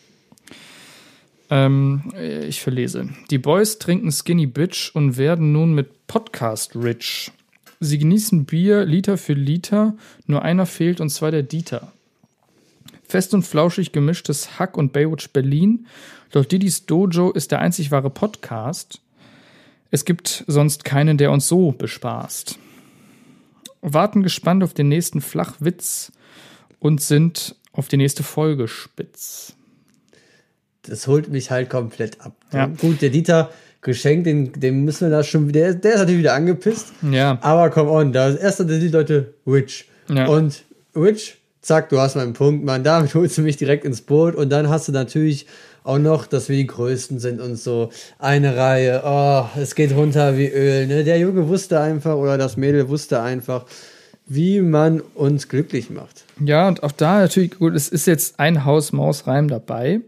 S1: Ich verlese. Die Boys trinken Skinny Bitch und werden nun mit Podcast rich. Sie genießen Bier Liter für Liter, nur einer fehlt und zwar der Dieter. Fest und flauschig gemischtes Hack und Baywatch Berlin. Doch Didis Dojo ist der einzig wahre Podcast. Es gibt sonst keinen, der uns so bespaßt. Warten gespannt auf den nächsten Flachwitz und sind auf die nächste Folge spitz.
S4: Das holt mich halt komplett ab. Ja. Gut, der Dieter geschenkt, dem müssen wir da schon wieder, der ist natürlich wieder angepisst.
S1: Ja.
S4: Aber come on, da erst sind die Leute Rich. Ja. Und Rich, zack, du hast meinen Punkt, Mann, damit holst du mich direkt ins Boot und dann hast du natürlich auch noch, dass wir die Größten sind und so eine Reihe, es geht runter wie Öl, ne? Der Junge wusste einfach oder das Mädel wusste einfach, wie man uns glücklich macht.
S1: Ja, und auch da natürlich, gut, es ist jetzt ein Haus-Maus-Reim dabei,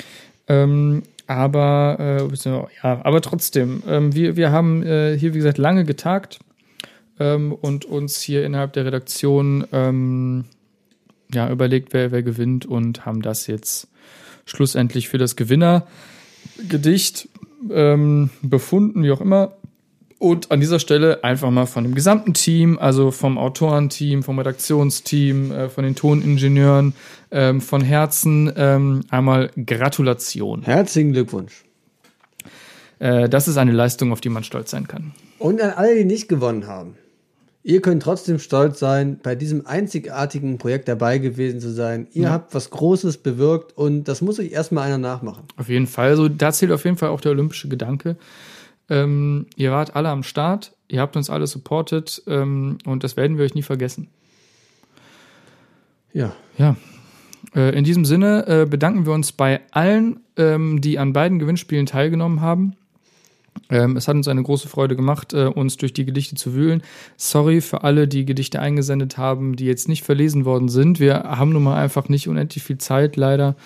S1: aber trotzdem, wir haben hier, wie gesagt, lange getagt und uns hier innerhalb der Redaktion überlegt, wer gewinnt und haben das jetzt schlussendlich für das Gewinnergedicht befunden, wie auch immer. Und an dieser Stelle einfach mal von dem gesamten Team, also vom Autorenteam, vom Redaktionsteam, von den Toningenieuren, von Herzen einmal Gratulation.
S4: Herzlichen Glückwunsch.
S1: Das ist eine Leistung, auf die man stolz sein kann.
S4: Und an alle, die nicht gewonnen haben. Ihr könnt trotzdem stolz sein, bei diesem einzigartigen Projekt dabei gewesen zu sein. Ihr habt was Großes bewirkt und das muss euch erstmal einer nachmachen.
S1: Auf jeden Fall. Also da zählt auf jeden Fall auch der olympische Gedanke. Ihr wart alle am Start, ihr habt uns alle supportet und das werden wir euch nie vergessen.
S4: Ja.
S1: In diesem Sinne bedanken wir uns bei allen, die an beiden Gewinnspielen teilgenommen haben. Es hat uns eine große Freude gemacht, uns durch die Gedichte zu wühlen. Sorry für alle, die Gedichte eingesendet haben, die jetzt nicht verlesen worden sind. Wir haben nun mal einfach nicht unendlich viel Zeit, leider.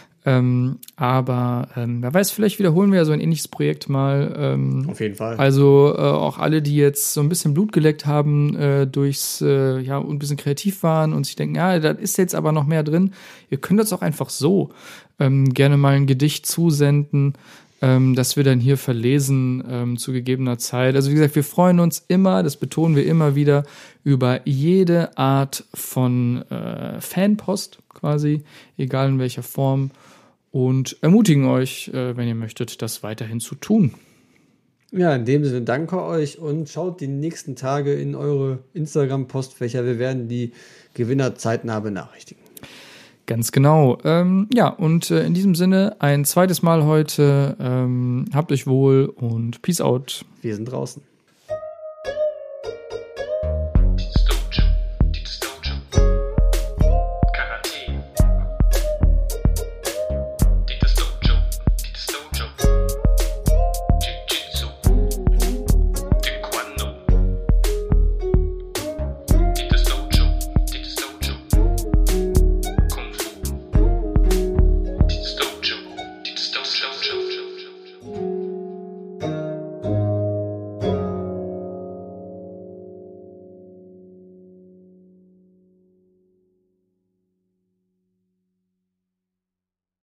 S1: Aber wer weiß, vielleicht wiederholen wir ja so ein ähnliches Projekt mal.
S4: Auf jeden Fall.
S1: Also auch alle, die jetzt so ein bisschen Blut geleckt haben, und ein bisschen kreativ waren und sich denken, ja, da ist jetzt aber noch mehr drin. Ihr könnt uns auch einfach so gerne mal ein Gedicht zusenden, dass wir dann hier verlesen zu gegebener Zeit. Also wie gesagt, wir freuen uns immer, das betonen wir immer wieder, über jede Art von Fanpost quasi, egal in welcher Form, und ermutigen euch, wenn ihr möchtet, das weiterhin zu tun.
S4: Ja, in dem Sinne danke euch und schaut die nächsten Tage in eure Instagram-Postfächer. Wir werden die Gewinner zeitnah benachrichtigen.
S1: Ganz genau. Und in diesem Sinne ein zweites Mal heute. Habt euch wohl und Peace out.
S4: Wir sind draußen.